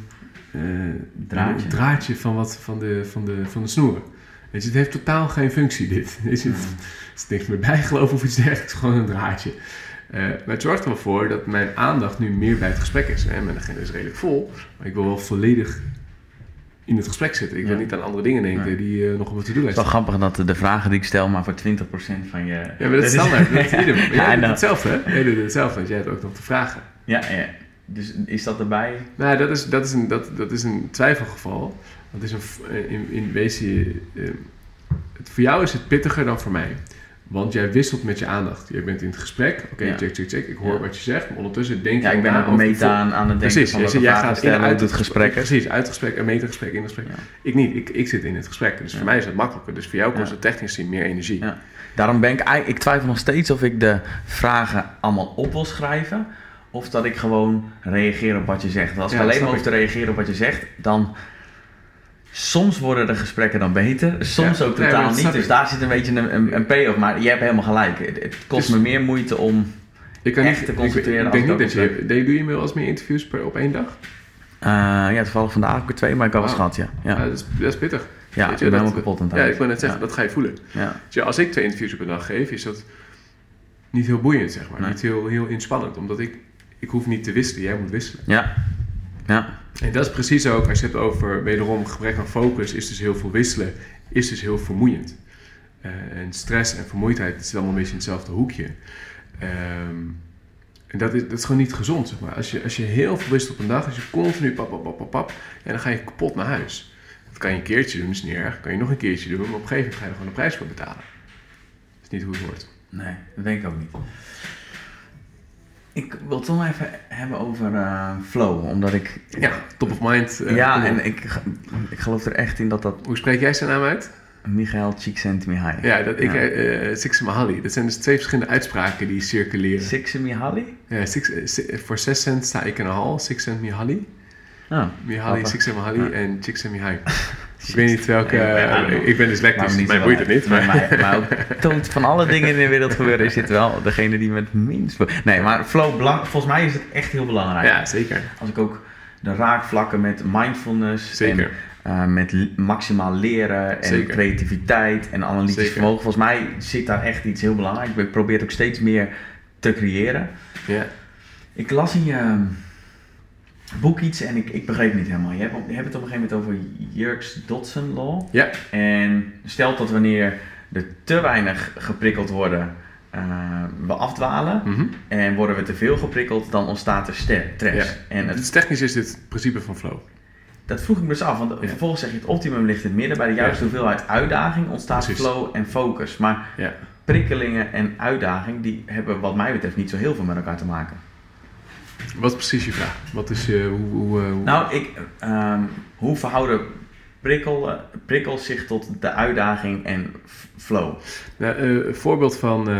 draadje van de snoeren. Dus het heeft totaal geen functie dit. Er is niks meer bijgeloof of iets dergelijks, gewoon een draadje. Maar het zorgt er wel voor dat mijn aandacht nu meer bij het gesprek is. Mijn agenda is redelijk vol, maar ik wil wel volledig in het gesprek zitten. Ik wil niet aan andere dingen denken die nog op het to-do lijst. Het is wel grappig dat de vragen die ik stel maar voor 20% van je... Ja, maar dat is standaard. Jij doet hetzelfde, hè? Jij doet hetzelfde, want jij hebt ook nog te vragen. Ja. Dus is dat erbij? Nou, dat is een twijfelgeval. Dat is in wezen... voor jou is het pittiger dan voor mij. Want jij wisselt met je aandacht. Je bent in het gesprek. Oké, check. Ik hoor wat je zegt. Maar ondertussen denk je... Ja, ik ben ook een meta aan het denken van welke vragen stellen uit het gesprek. Precies, uit het gesprek, een metagesprek, in het gesprek. Ja. Ik niet. Ik zit in het gesprek. Dus voor mij is het makkelijker. Dus voor jou kost het technisch gezien meer energie. Ja. Daarom ben ik twijfel nog steeds of ik de vragen allemaal op wil schrijven. Of dat ik gewoon reageer op wat je zegt. Want als ik alleen maar hoef te reageren op wat je zegt, dan... Soms worden de gesprekken dan beter, soms ook totaal niet. Dus daar zit een beetje een payoff. Maar je hebt helemaal gelijk. Het kost me meer moeite om echt te concentreren. Ik denk niet dat je... Doe je wel eens meer interviews op 1 dag? Toevallig vandaag ook 2, maar ik had wel gehad, dat is pittig. Ja, ik ben helemaal kapot aan het ik wil net zeggen, dat ga je voelen. Ja. Dus als ik 2 interviews op een dag geef, is dat niet heel boeiend, zeg maar. Nee. Niet heel inspannend, omdat ik hoef niet te wisselen. Jij moet wisselen. Ja. En dat is precies ook, als je het over wederom gebrek aan focus, is dus heel veel wisselen, is dus heel vermoeiend. En stress en vermoeidheid, het zit allemaal een beetje in hetzelfde hoekje. En dat is gewoon niet gezond, zeg maar. Als je heel veel wisselt op een dag, als je continu pap, en dan ga je kapot naar huis. Dat kan je een keertje doen, dat is niet erg. Kan je nog een keertje doen, maar op een gegeven moment ga je er gewoon een prijs voor betalen. Dat is niet hoe het wordt. Nee, dat denk ik ook niet. Ik wil het toch even hebben over flow, omdat ik... Ja, top of mind. En ik geloof er echt in dat... Hoe spreek jij zijn naam uit? Michael Csikszentmihalyi. Ja, Csikszentmihalyi. Dat zijn dus 2 verschillende uitspraken die circuleren. Csikszentmihalyi? Ja, voor 6 cent sta ik in een hal. Csikszentmihalyi. Mihaly Csikszentmihalyi en Csikszentmihalyi. Ik weet niet welke... ik ben dyslectisch, dus mij boeit het niet. Maar ook van alle dingen in de wereld gebeuren is dit wel degene die met minst... Nee, maar flow, volgens mij is het echt heel belangrijk. Ja, zeker. Als ik ook de raakvlakken met mindfulness... Zeker. En met maximaal leren en creativiteit en analytisch vermogen. Volgens mij zit daar echt iets heel belangrijks. Ik probeer het ook steeds meer te creëren. Ja. Ik las in je boek iets en ik begreep het niet helemaal. Je hebt het op een gegeven moment over Yerkes-Dodson Law. Ja. En stelt dat wanneer er te weinig geprikkeld worden, we afdwalen. Mm-hmm. En worden we te veel geprikkeld, dan ontstaat er stress. Ja. En technisch is dit het principe van flow. Dat vroeg ik me dus af, want vervolgens zeg je het optimum ligt in het midden. Bij de juiste hoeveelheid uitdaging ontstaat flow en focus. Maar prikkelingen en uitdaging, die hebben wat mij betreft niet zo heel veel met elkaar te maken. Wat is precies je vraag? Wat is Nou, hoe verhouden prikkels zich tot de uitdaging en flow? Nou, voorbeeld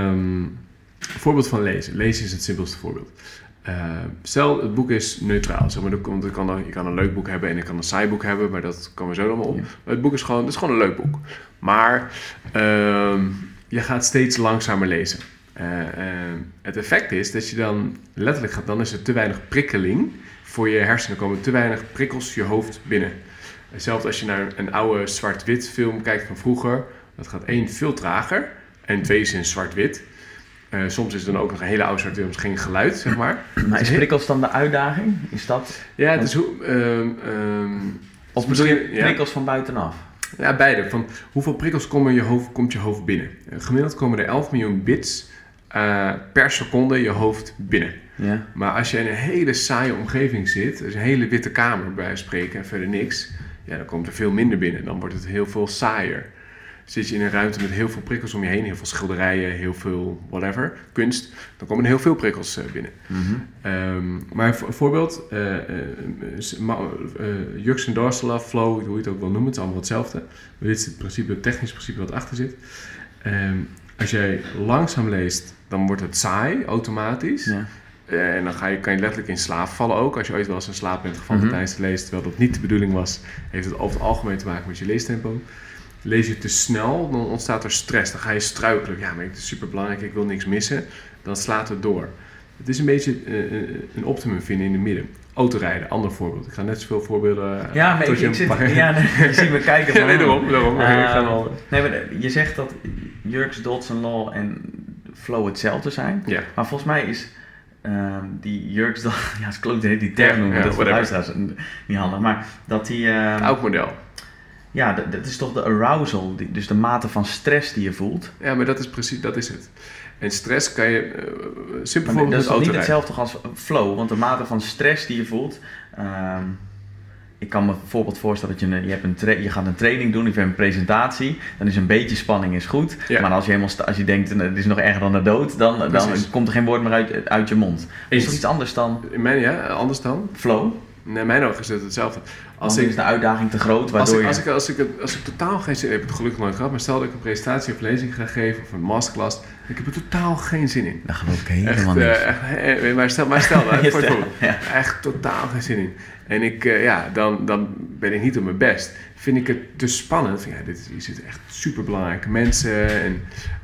van lezen. Lezen is het simpelste voorbeeld. Stel, het boek is neutraal. Zeg maar, je kan een leuk boek hebben en je kan een saai boek hebben, maar dat komen we zo allemaal op. Ja. Maar het boek is gewoon een leuk boek. Maar je gaat steeds langzamer lezen. Het effect is dat je dan letterlijk gaat, dan is er te weinig prikkeling voor je hersenen. Er komen te weinig prikkels je hoofd binnen. Zelfs als je naar een oude zwart-wit film kijkt van vroeger, dat gaat 1 veel trager en 2 is in zwart-wit. Soms is er dan ook nog een hele oude zwart-wit, geen geluid, zeg maar. Maar is prikkels dan de uitdaging? Is dat... Ja, het is of bedoel je prikkels van buitenaf? Ja, beide. Van hoeveel prikkels komt je hoofd binnen? Gemiddeld komen er 11 miljoen bits per seconde je hoofd binnen. Ja. Maar als je in een hele saaie omgeving zit, dus een hele witte kamer bij spreken en verder niks, dan komt er veel minder binnen. Dan wordt het heel veel saaier. Zit je in een ruimte met heel veel prikkels om je heen, heel veel schilderijen, heel veel whatever, kunst, dan komen er heel veel prikkels binnen. Mm-hmm. Maar een voorbeeld, Yerkes-Dodson Law, flow, hoe je het ook wil noemen, het is allemaal hetzelfde. Maar dit is het technische principe wat achter zit. Als jij langzaam leest, dan wordt het saai, automatisch. Ja. En dan kan je letterlijk in slaap vallen ook. Als je ooit wel eens in slaap bent gevallen tijdens het lezen, terwijl dat niet de bedoeling was, heeft het over het algemeen te maken met je leestempo. Lees je te snel, dan ontstaat er stress. Dan ga je struikelen. Ja, maar het is super belangrijk, ik wil niks missen. Dan slaat het door. Het is een beetje een optimum vinden in het midden. Autorijden, ander voorbeeld. Ik ga net zoveel voorbeelden... Ja, maar je ziet me kijken van... Ja, daarom. Maar je zegt dat Yerkes-Dodson Law en flow hetzelfde zijn. Ja. Maar volgens mij is die Yerkes-Dodson... Ja, het klopt die term noemen. Dat is voor de luisteraars niet handig. Maar dat die... het oud model. Ja, dat is toch de arousal, dus de mate van stress die je voelt. Ja, maar dat is het. En stress kan je simpel voorbeeld. Dat is niet hetzelfde als flow, want de mate van stress die je voelt. Ik kan me bijvoorbeeld voorstellen dat je gaat een training doen, je hebt een presentatie, dan is een beetje spanning is goed. Ja. Maar als je denkt, het is nog erger dan de dood, dan komt er geen woord meer uit je mond. Is dat iets anders dan? Anders dan? Flow? Nee, in mijn ogen is het hetzelfde. Is de uitdaging te groot? Waardoor als ik totaal geen zin in heb, ik het gelukkig nooit gehad, maar stel dat ik een presentatie of lezing ga geven of een masterclass, ik heb er totaal geen zin in. Daar geloof ik helemaal niet. Maar stel echt totaal geen zin in. En dan ben ik niet op mijn best. Vind ik het te spannend. Hier zitten echt superbelangrijke mensen en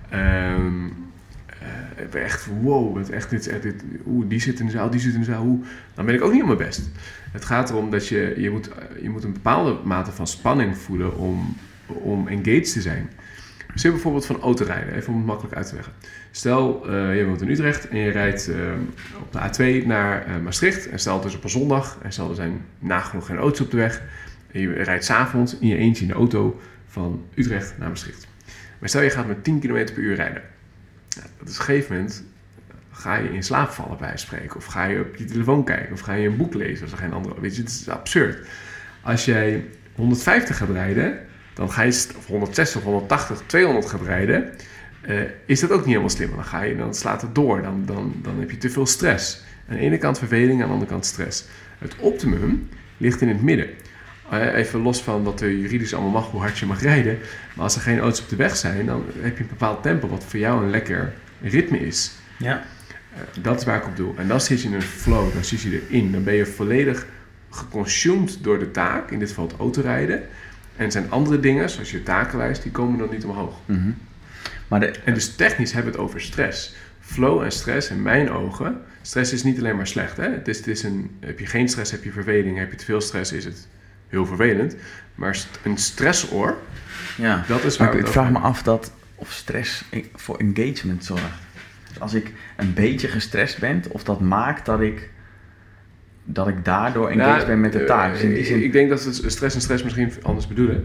echt wow, die zit in de zaal, die zit in de zaal. Dan ben ik ook niet op mijn best. Het gaat erom dat je moet een bepaalde mate van spanning voelen om engaged te zijn. Dus bijvoorbeeld van autorijden, even om het makkelijk uit te leggen. Stel, je woont in Utrecht en je rijdt op de A2 naar Maastricht. En stel het is op een zondag en stel er zijn nagenoeg geen auto's op de weg. En je rijdt 's avonds in je eentje in de auto van Utrecht naar Maastricht. Maar stel je gaat met 10 km per uur rijden. Op een gegeven moment ga je in slaap vallen bij spreken. Of ga je op je telefoon kijken. Of ga je een boek lezen. Als er geen andere... Weet je, het is absurd. Als jij 150 gaat rijden, dan ga je... Of 160, 180, 200 gaat rijden, is dat ook niet helemaal slim. Dan slaat het door. Dan heb je te veel stress. Aan de ene kant verveling, aan de andere kant stress. Het optimum ligt in het midden. Even los van dat er juridisch allemaal mag hoe hard je mag rijden. Maar als er geen auto's op de weg zijn, dan heb je een bepaald tempo wat voor jou een lekker ritme is. Ja. Dat is waar ik op doe. En dan zit je in een flow, dan zit je erin. Dan ben je volledig geconsumed door de taak, in dit geval het autorijden. En er zijn andere dingen, zoals je takenlijst, die komen dan niet omhoog. Mm-hmm. En dus technisch hebben we het over stress. Flow en stress, in mijn ogen, stress is niet alleen maar slecht. Hè? Heb je geen stress, heb je verveling. Heb je te veel stress, is het heel vervelend. Maar een stressor, dat is waar ik vraag me af of stress voor engagement zorgt. Dus als ik een beetje gestrest ben, of dat maakt dat ik daardoor engaged ben met de taak. Dus in die zin... Ik denk dat ze stress misschien anders bedoelen.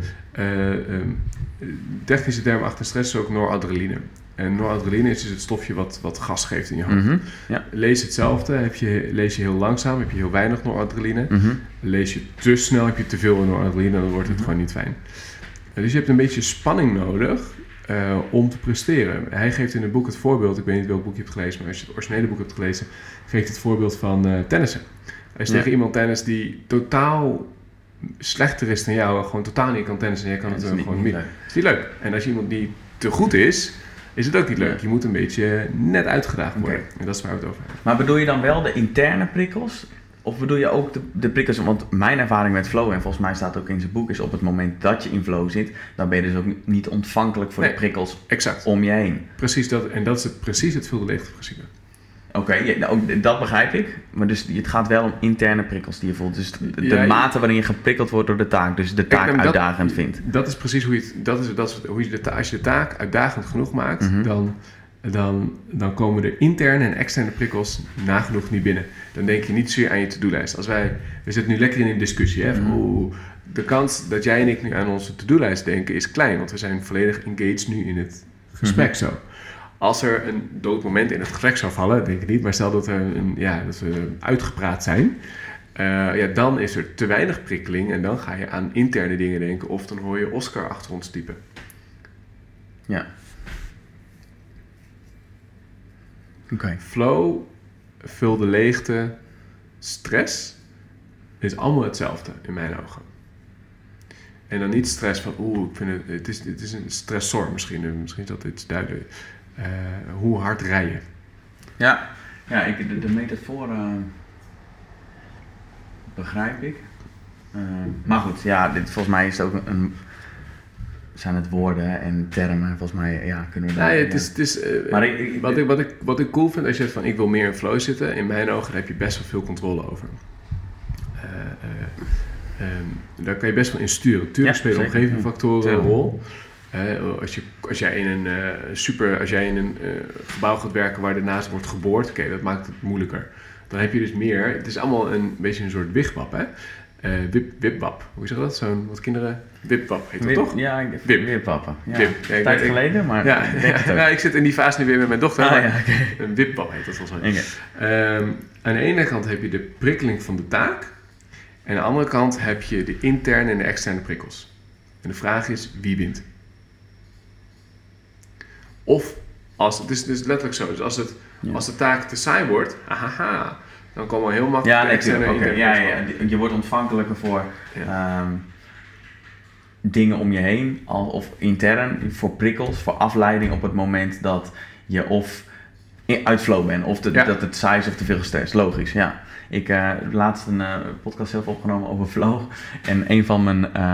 Technische term achter stress is ook noradrenaline. En noradrenaline is dus het stofje wat gas geeft in je hoofd. Mm-hmm, ja. Lees hetzelfde, lees je heel langzaam, heb je heel weinig noradrenaline. Mm-hmm. Lees je te snel, heb je te veel noradrenaline, dan wordt het gewoon niet fijn. Dus je hebt een beetje spanning nodig om te presteren. Hij geeft in het boek het voorbeeld, ik weet niet welk boek je hebt gelezen, maar als je het originele boek hebt gelezen, geeft het voorbeeld van tennissen. Als je tegen iemand tennis die totaal slechter is dan jou, gewoon totaal niet kan tennissen en jij kan het gewoon niet. Is niet leuk. En als je iemand die te goed is het ook niet leuk. Je moet een beetje net uitgedaagd worden. Okay. En dat is waar we het over hebben. Maar bedoel je dan wel de interne prikkels? Of bedoel je ook de prikkels? Want mijn ervaring met flow, en volgens mij staat het ook in zijn boek, is op het moment dat je in flow zit, dan ben je dus ook niet ontvankelijk voor de prikkels om je heen. Precies dat. En dat is precies het vul-de-leegte-principe. Oké, dat begrijp ik. Maar dus het gaat wel om interne prikkels die je voelt. Dus de mate waarin je geprikkeld wordt door de taak. Dus de taak uitdagend vindt. Dat is precies hoe als je de taak uitdagend genoeg maakt, mm-hmm. dan komen de interne en externe prikkels nagenoeg niet binnen. Dan denk je niet zozeer aan je to-do-lijst. We zitten nu lekker in een discussie. Hè, van, de kans dat jij en ik nu aan onze to-do-lijst denken is klein. Want we zijn volledig engaged nu in het gesprek zo. Als er een dood moment in het gesprek zou vallen, denk ik niet, maar stel dat we uitgepraat zijn, dan is er te weinig prikkeling en dan ga je aan interne dingen denken of dan hoor je Oscar achter ons typen. Ja. Okay. Flow, vul-de-leegte, stress is allemaal hetzelfde in mijn ogen. En dan niet stress van, ik vind het is een stressor misschien is dat iets duidelijk. Hoe hard rijden. Ja, de metafoor begrijp ik. Maar goed, volgens mij is het ook zijn het woorden en termen. Volgens mij kunnen we daar... Wat ik cool vind als je zegt van ik wil meer in flow zitten. In mijn ogen heb je best wel veel controle over. Daar kan je best wel in sturen. Tuurlijk spelen omgevingsfactoren een rol. Als jij in een gebouw gaat werken waar ernaast wordt geboord, dat maakt het moeilijker. Dan heb je dus meer. Het is allemaal een beetje een soort wigwap, hè? Wipwap. Hoe zeg je dat? Zo'n wat kinderen... Wipwap heet dat toch? Ja, Wipwappen. Ja. Wip. Ja, tijd geleden, maar ik zit in die fase nu weer met mijn dochter. Okay. Een Wipwap heet dat volgens mij. Okay. Aan de ene kant heb je de prikkeling van de taak. En aan de andere kant heb je de interne en de externe prikkels. En de vraag is, wie wint? Of, het is letterlijk zo. Dus als de taak te saai wordt, dan komen we heel makkelijk externe en interne. Je wordt ontvankelijker voor dingen om je heen, of intern, voor prikkels, voor afleiding op het moment dat je of uit flow bent, of dat het saai is of te veel gestrest. Logisch, ja. Ik heb laatst een podcast zelf opgenomen over flow. En een van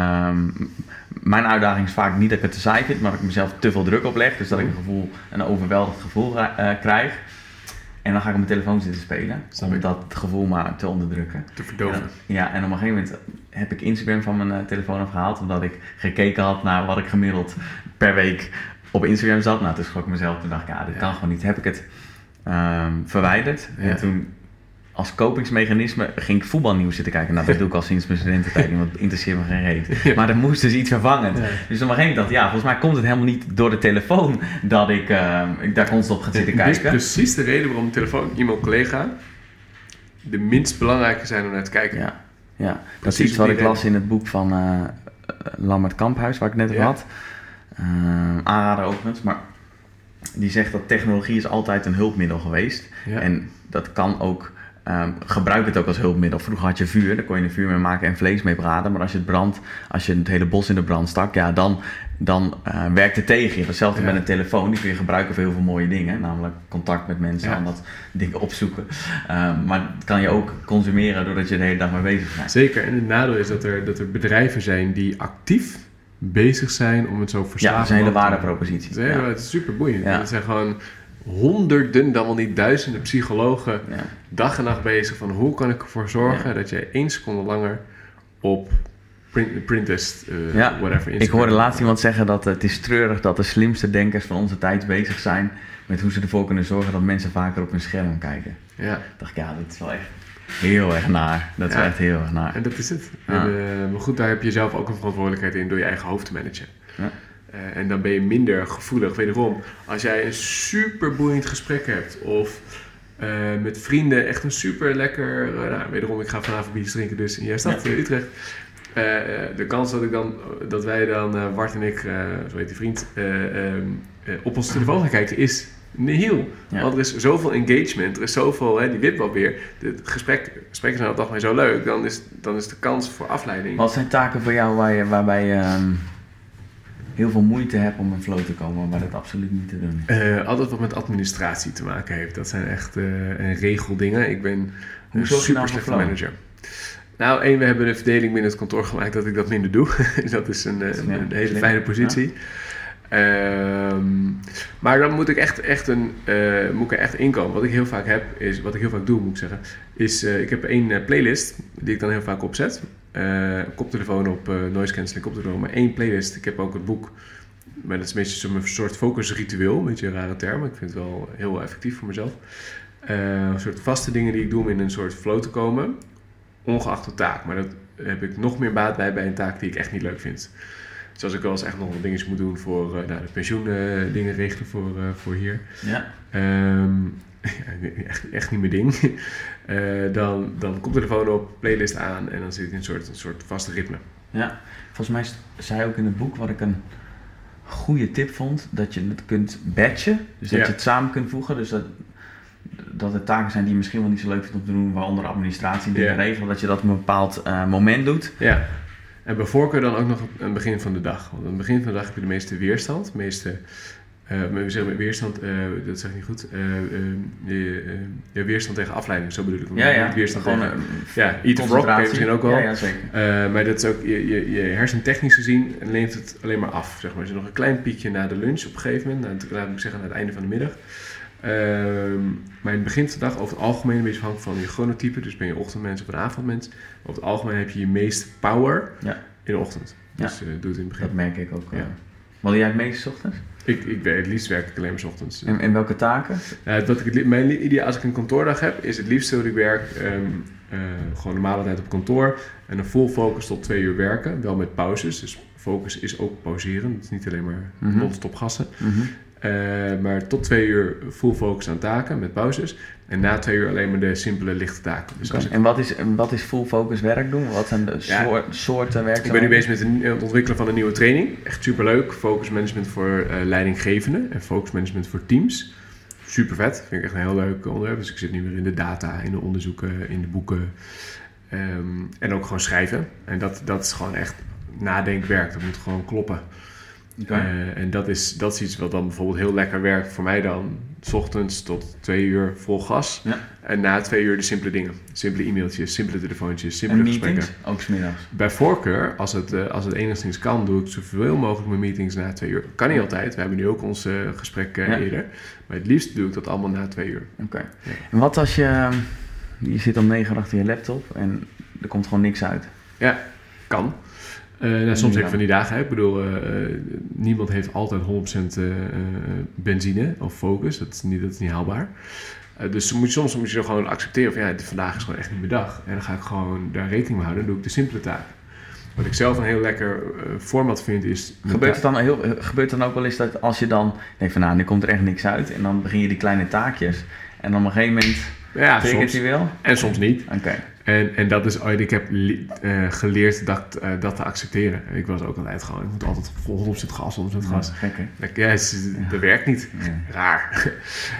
mijn uitdaging is vaak niet dat ik het te saai vind, maar dat ik mezelf te veel druk opleg. Dus dat ik een overweldigend gevoel krijg. En dan ga ik op mijn telefoon zitten spelen, om dat gevoel maar te onderdrukken. Te verdoven. En op een gegeven moment heb ik Instagram van mijn telefoon afgehaald, omdat ik gekeken had naar wat ik gemiddeld per week op Instagram zat. Nou, toen schrok ik mezelf, toen dacht ik, dit kan gewoon niet. Heb ik het verwijderd. Ja. En toen, als kopingsmechanisme, ging ik voetbalnieuws zitten kijken. Nou, dat doe ik al sinds mijn studententijd, want het interesseert me geen reet. Ja. Maar er moest dus iets vervangend. Ja. Dus op een gegeven moment dacht ik, volgens mij komt het helemaal niet door de telefoon dat ik daar constant op ga zitten kijken. Dat is precies de reden waarom de telefoon, iemand collega, de minst belangrijke zijn om naar te kijken. Ja. Dat is iets wat ik las in het boek van Lambert Kamphuis, waar ik net over had. Aanrader overigens, maar die zegt dat technologie is altijd een hulpmiddel geweest. Ja. En dat kan ook, gebruik het ook als hulpmiddel. Vroeger had je vuur, daar kon je een vuur mee maken en vlees mee braden. Maar als je het brandt, als je het hele bos in de brand stak, dan werkt het tegen je. Hetzelfde met een telefoon, die kun je gebruiken voor heel veel mooie dingen. Namelijk contact met mensen, en dat dingen opzoeken. Maar dat kan je ook consumeren doordat je de hele dag mee bezig bent. Zeker, en het nadeel is dat er bedrijven zijn die actief bezig zijn om het zo verslaafd te maken. Ja, dat is een hele waardepropositie. Het is super boeiend. Ja. Het zijn gewoon honderden, dan wel niet duizenden psychologen dag en nacht bezig van hoe kan ik ervoor zorgen dat je 1 seconde langer op Pinterest, whatever. Instagram. Ik hoorde laatst iemand zeggen dat het is treurig dat de slimste denkers van onze tijd bezig zijn met hoe ze ervoor kunnen zorgen dat mensen vaker op hun scherm kijken. Ja. Ik dacht, dat is wel echt heel erg naar. Dat is echt heel erg naar. En dat is het. Ja. Maar goed, daar heb je zelf ook een verantwoordelijkheid in door je eigen hoofd te managen. Ja. En dan ben je minder gevoelig. Wederom, als jij een super boeiend gesprek hebt of met vrienden echt een super lekker... wederom, ik ga vanavond biertjes drinken dus in jouw stad, Utrecht. De kans dat wij dan, Bart en ik, zo heet die vriend, op onze telefoon gaan kijken is nihil. Ja. Want er is zoveel engagement, er is zoveel, die wipwap weer. De gesprekken zijn op het algemeen zo leuk, dan is de kans voor afleiding. Wat zijn taken voor jou waarbij je heel veel moeite hebt om in flow te komen, maar dat absoluut niet te doen is? Altijd wat met administratie te maken heeft. Dat zijn echt regeldingen. Ik ben een super slechte manager. Nou, we hebben een verdeling binnen het kantoor gemaakt dat ik dat minder doe. Dat is een hele fijne positie. Ja. Maar dan moet ik echt inkomen. Wat ik heel vaak heb, wat ik heel vaak doe, moet ik zeggen, is ik heb 1 playlist die ik dan heel vaak opzet. Koptelefoon op noise cancelling koptelefoon, maar 1 playlist. Ik heb ook het boek, maar dat is meestal een soort focusritueel, een beetje een rare term, maar ik vind het wel heel effectief voor mezelf. Een soort vaste dingen die ik doe om in een soort flow te komen, ongeacht de taak. Maar dat heb ik nog meer baat bij een taak die ik echt niet leuk vind. Dus als ik wel eens echt nog wat dingetjes moet doen voor de pensioen dingen regelen voor hier. Ja. Echt niet mijn ding. Dan komt de telefoon op, playlist aan en dan zit ik in een soort vaste ritme. Ja, volgens mij zei ook in het boek wat ik een goede tip vond, dat je het kunt batchen. Dus dat je het samen kunt voegen. Dus dat er taken zijn die je misschien wel niet zo leuk vindt om te doen, waaronder administratie dingen regelen, dat je dat op een bepaald moment doet. Ja. En bij voorkeur dan ook nog aan het begin van de dag. Want aan het begin van de dag heb je de meeste weerstand. We zeggen weerstand, dat zeg ik niet goed. Weerstand tegen afleiding, zo bedoel ik. Ja. Weerstand tegen... Eat of rock ken je misschien ook wel. Ja, zeker. Maar dat is ook, je hersentechnisch gezien neemt het alleen maar af. Zeg maar. Er is nog een klein piekje na de lunch op een gegeven moment. Laat ik zeggen, aan het einde van de middag. Maar in het begin van de dag, over het algemeen, een beetje afhankelijk van je chronotype. Dus ben je ochtendmens of een avondmens. Over het algemeen heb je je meeste power in de ochtend. Dus doe het in het begin. Dat merk ik ook. Wil jij het meest 's ochtends? Het liefst werk ik alleen maar 's ochtends. En welke taken? Als ik een kantoordag heb, is het liefst dat ik werk gewoon normale tijd op kantoor. En een full focus tot 2 uur werken. Wel met pauzes. Dus focus is ook pauzeren. Het is niet alleen maar non-stop gassen. Maar tot 2 uur full focus aan taken met pauzes. En na 2 uur alleen maar de simpele lichte taken. Dus En wat is full focus werk doen? Wat zijn de soorten werk? Ik ben nu bezig met het ontwikkelen van een nieuwe training. Echt superleuk. Focus management voor leidinggevenden en focus management voor teams. Super vet. Vind ik echt een heel leuk onderwerp. Dus ik zit nu weer in de data, in de onderzoeken, in de boeken. En ook gewoon schrijven. En dat is gewoon echt nadenkwerk. Dat moet gewoon kloppen. En dat is iets wat dan bijvoorbeeld heel lekker werkt voor mij dan. 's Ochtends tot 2 uur vol gas. Ja. En na 2 uur de simpele dingen. Simpele e-mailtjes, simpele telefoontjes, simpele gesprekken. Ook 's middags? Bij voorkeur, als het enigszins kan, doe ik zoveel mogelijk mijn meetings na 2 uur. Kan niet altijd. We hebben nu ook ons gesprek eerder. Maar het liefst doe ik dat allemaal na 2 uur. Oké. Ja. En wat als je zit om 9 uur achter je laptop en er komt gewoon niks uit? Ja, kan. Soms heb ik van die dagen. Hè. Ik bedoel, niemand heeft altijd 100% benzine of focus. Dat is niet haalbaar. Dus soms moet je gewoon accepteren van vandaag is gewoon echt niet mijn dag. En dan ga ik gewoon daar rekening mee houden. Dan doe ik de simpele taak. Wat ik zelf een heel lekker format vind is... Gebeurt het dan ook wel eens dat als je dan denkt van nu komt er echt niks uit. En dan begin je die kleine taakjes. En dan op een gegeven moment triggert hij wel? En soms niet. Oké. En dat is ooit, ik heb geleerd dat te accepteren. Ik was ook altijd gewoon, ik moet altijd 100% gas, 100% gas. Dat werkt niet. Ja. Raar.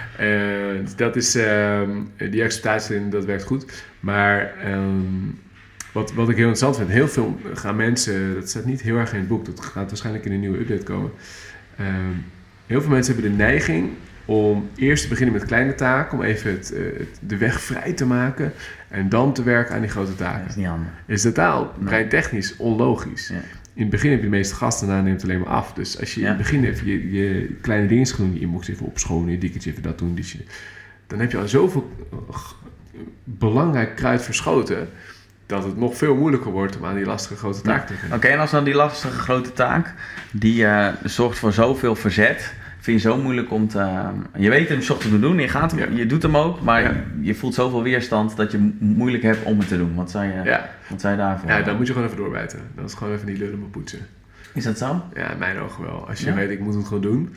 Dat is, die acceptatie, dat werkt goed. Maar wat ik heel interessant vind, heel veel gaan mensen, dat staat niet heel erg in het boek, dat gaat waarschijnlijk in een nieuwe update komen. Heel veel mensen hebben de neiging om eerst te beginnen met kleine taken, om even de weg vrij te maken en dan te werken aan die grote taken. Dat is niet handig. Is totaal breintechnisch onlogisch. Ja. In het begin heb je de meeste gasten, daarna neemt het alleen maar af. Dus als je in het begin even je kleine dingen gaat doen, je inbox even opschonen, je dikketje even dat doen, dan heb je al zoveel belangrijk kruid verschoten, dat het nog veel moeilijker wordt om aan die lastige grote taak te beginnen. Oké, en als dan die lastige grote taak, die zorgt voor zoveel verzet, vind je zo moeilijk om te... Je weet hem 's ochtends te doen, je doet hem ook, maar je voelt zoveel weerstand dat je moeilijk hebt om het te doen. Wat zou je daarvoor? Ja, dan moet je gewoon even doorbijten. Dan is het gewoon even die lullen maar poetsen. Is dat zo? Ja, in mijn ogen wel. Als je weet, ik moet het gewoon doen.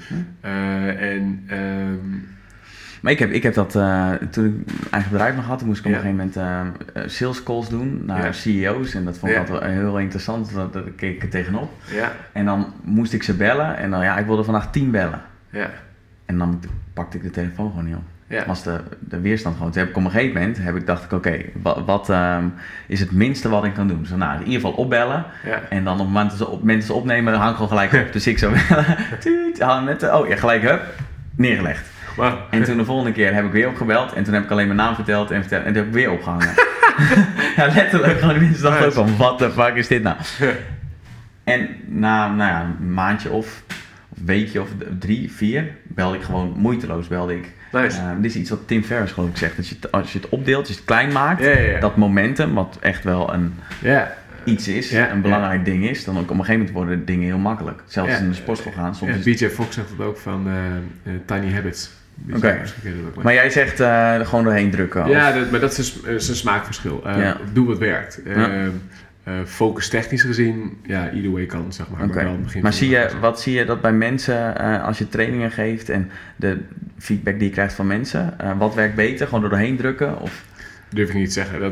Maar ik heb dat, toen ik mijn eigen bedrijf nog had, toen moest ik op een gegeven moment sales calls doen naar CEO's. En dat vond ik altijd heel interessant, dat keek ik er tegenop. Ja. En dan moest ik ze bellen en dan, ik wilde vandaag 10 bellen. Ja. En dan pakte ik de telefoon gewoon niet op. Ja. Was de weerstand gewoon. Toen heb ik op een gegeven moment, dacht ik, oké, wat is het minste wat ik kan doen? Dus in ieder geval opbellen. Ja. En dan op het moment dat mensen opnemen, dan hang ik gewoon gelijk op. Dus ik zou bellen, gelijk hup, neergelegd. Wow. En toen de volgende keer heb ik weer opgebeld en toen heb ik alleen mijn naam verteld en toen heb ik weer opgehangen. Letterlijk, gewoon de mensen dachten ook van, what the fuck is dit nou? En na een maandje of weekje of 3, 4 belde ik gewoon moeiteloos. Nice. Dit is iets wat Tim Ferriss geloof ik zegt. Als je het opdeelt, als je het klein maakt, dat momentum, wat echt wel iets is, een belangrijk ding is, dan ook op een gegeven moment worden dingen heel makkelijk. Zelfs in de sportschool gaan. Soms BJ Fogg zegt het ook van Tiny Habits. Oké. Maar jij zegt gewoon doorheen drukken? Maar dat is een smaakverschil. Doe wat werkt. Focus technisch gezien, either way kan, zeg maar. Okay. Maar wat zie je dat bij mensen, als je trainingen geeft en de feedback die je krijgt van mensen, wat werkt beter? Gewoon doorheen drukken? Of? Durf ik niet te zeggen.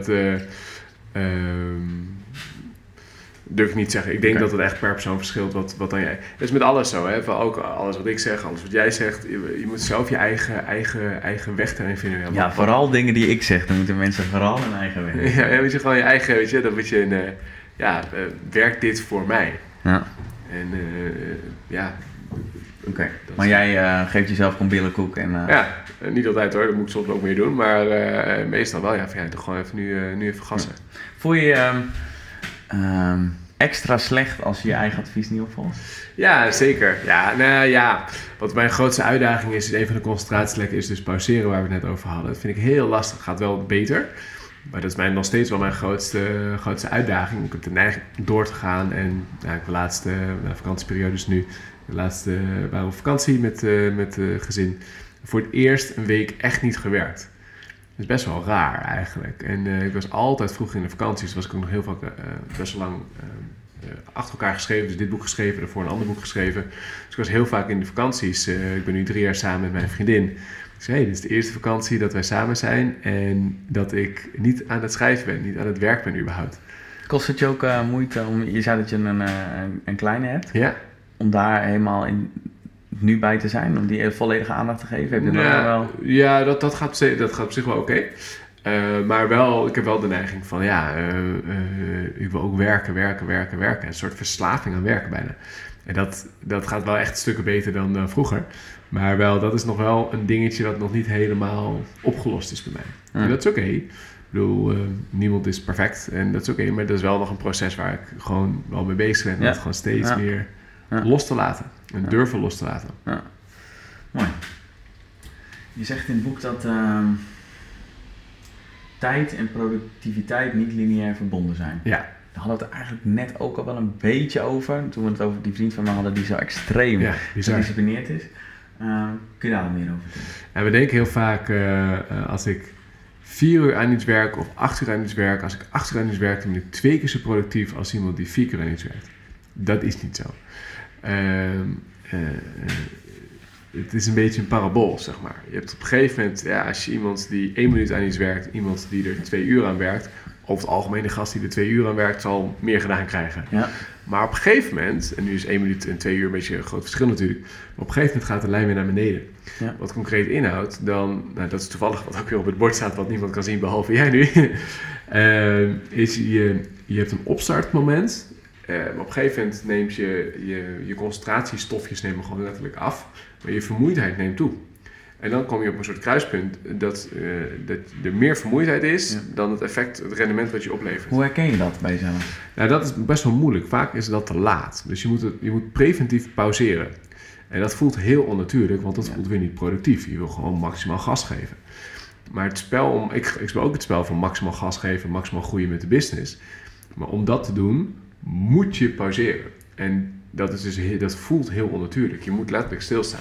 Durf ik niet te zeggen. Ik denk dat het echt per persoon verschilt wat dan jij... Dat is met alles zo, hè. Ook alles wat ik zeg, alles wat jij zegt. Je moet zelf je eigen weg daarin vinden. Ja, vooral dingen die ik zeg. Dan moeten mensen vooral hun eigen weg. Ja, moet je gewoon je eigen, dan moet je werkt dit voor mij? Ja. En Oké. Maar jij geeft jezelf gewoon billenkoek en... niet altijd hoor. Dat moet ik soms ook meer doen. Maar meestal wel. Toch gewoon even nu even gassen. Voel je extra slecht als je je eigen advies niet opvolgt? Ja, zeker. Wat mijn grootste uitdaging is, een van de concentratielekken is dus pauzeren, waar we het net over hadden. Dat vind ik heel lastig. Gaat wel beter. Maar dat is nog steeds wel mijn grootste uitdaging. Ik heb de neiging door te gaan. En de laatste vakantieperiode is nu. De laatste waren op vakantie met gezin. Voor het eerst een week echt niet gewerkt. is best wel raar eigenlijk. En ik was altijd vroeg in de vakanties, was ik ook nog heel vaak best wel lang achter elkaar geschreven. Dus dit boek geschreven, daarvoor een ander boek geschreven. Dus ik was heel vaak in de vakanties. Ik ben nu 3 jaar samen met mijn vriendin. Ik zei, dit is de eerste vakantie dat wij samen zijn en dat ik niet aan het schrijven ben, niet aan het werk ben überhaupt. Kost het je ook moeite om, je zei dat je een kleine hebt, om daar helemaal nu bij te zijn, om die volledige aandacht te geven? Heb je wel? Ja, dat gaat op zich wel oké. Maar wel, ik heb wel de neiging van, ik wil ook werken. Een soort verslaving aan werken bijna. En dat gaat wel echt stukken beter dan vroeger. Maar wel, dat is nog wel een dingetje dat nog niet helemaal opgelost is bij mij. En dat is oké. Ik bedoel, niemand is perfect en dat is oké. Maar dat is wel nog een proces waar ik gewoon wel mee bezig ben. Om het gewoon steeds meer los te laten. En durven los te laten. Ja. Mooi. Je zegt in het boek dat tijd en productiviteit niet lineair verbonden zijn. Ja. Daar hadden we het eigenlijk net ook al wel een beetje over. Toen we het over die vriend van me hadden die zo extreem gedisciplineerd is. Kun je daar wat meer over vertellen? En we denken heel vaak, als ik 4 uur aan iets werk of 8 uur aan iets werk. Als ik 8 uur aan iets werk, dan ben ik 2 keer zo productief als iemand die 4 keer aan iets werkt. Dat is niet zo. Het is een beetje een parabool, zeg maar. Je hebt op een gegeven moment, als je iemand die 1 minuut aan iets werkt, iemand die er 2 uur aan werkt, over het algemeen de gast die er 2 uur aan werkt, zal meer gedaan krijgen. Ja. Maar op een gegeven moment, en nu is 1 minuut en 2 uur een beetje een groot verschil natuurlijk, maar op een gegeven moment gaat de lijn weer naar beneden. Ja. Wat concreet inhoudt, dan, dat is toevallig wat ook weer op het bord staat, wat niemand kan zien behalve jij nu, is je hebt een opstartmoment. Maar op een gegeven moment neemt je concentratiestofjes nemen gewoon letterlijk af, maar je vermoeidheid neemt toe. En dan kom je op een soort kruispunt dat er meer vermoeidheid is dan het rendement wat je oplevert. Hoe herken je dat bij jezelf? Nou, dat is best wel moeilijk. Vaak is dat te laat. Dus je moet preventief pauzeren. En dat voelt heel onnatuurlijk, want dat voelt weer niet productief. Je wil gewoon maximaal gas geven. Maar het spel ik speel ook het spel van maximaal gas geven, maximaal groeien met de business. Maar om dat te doen, moet je pauzeren. En dat voelt heel onnatuurlijk. Je moet letterlijk stilstaan.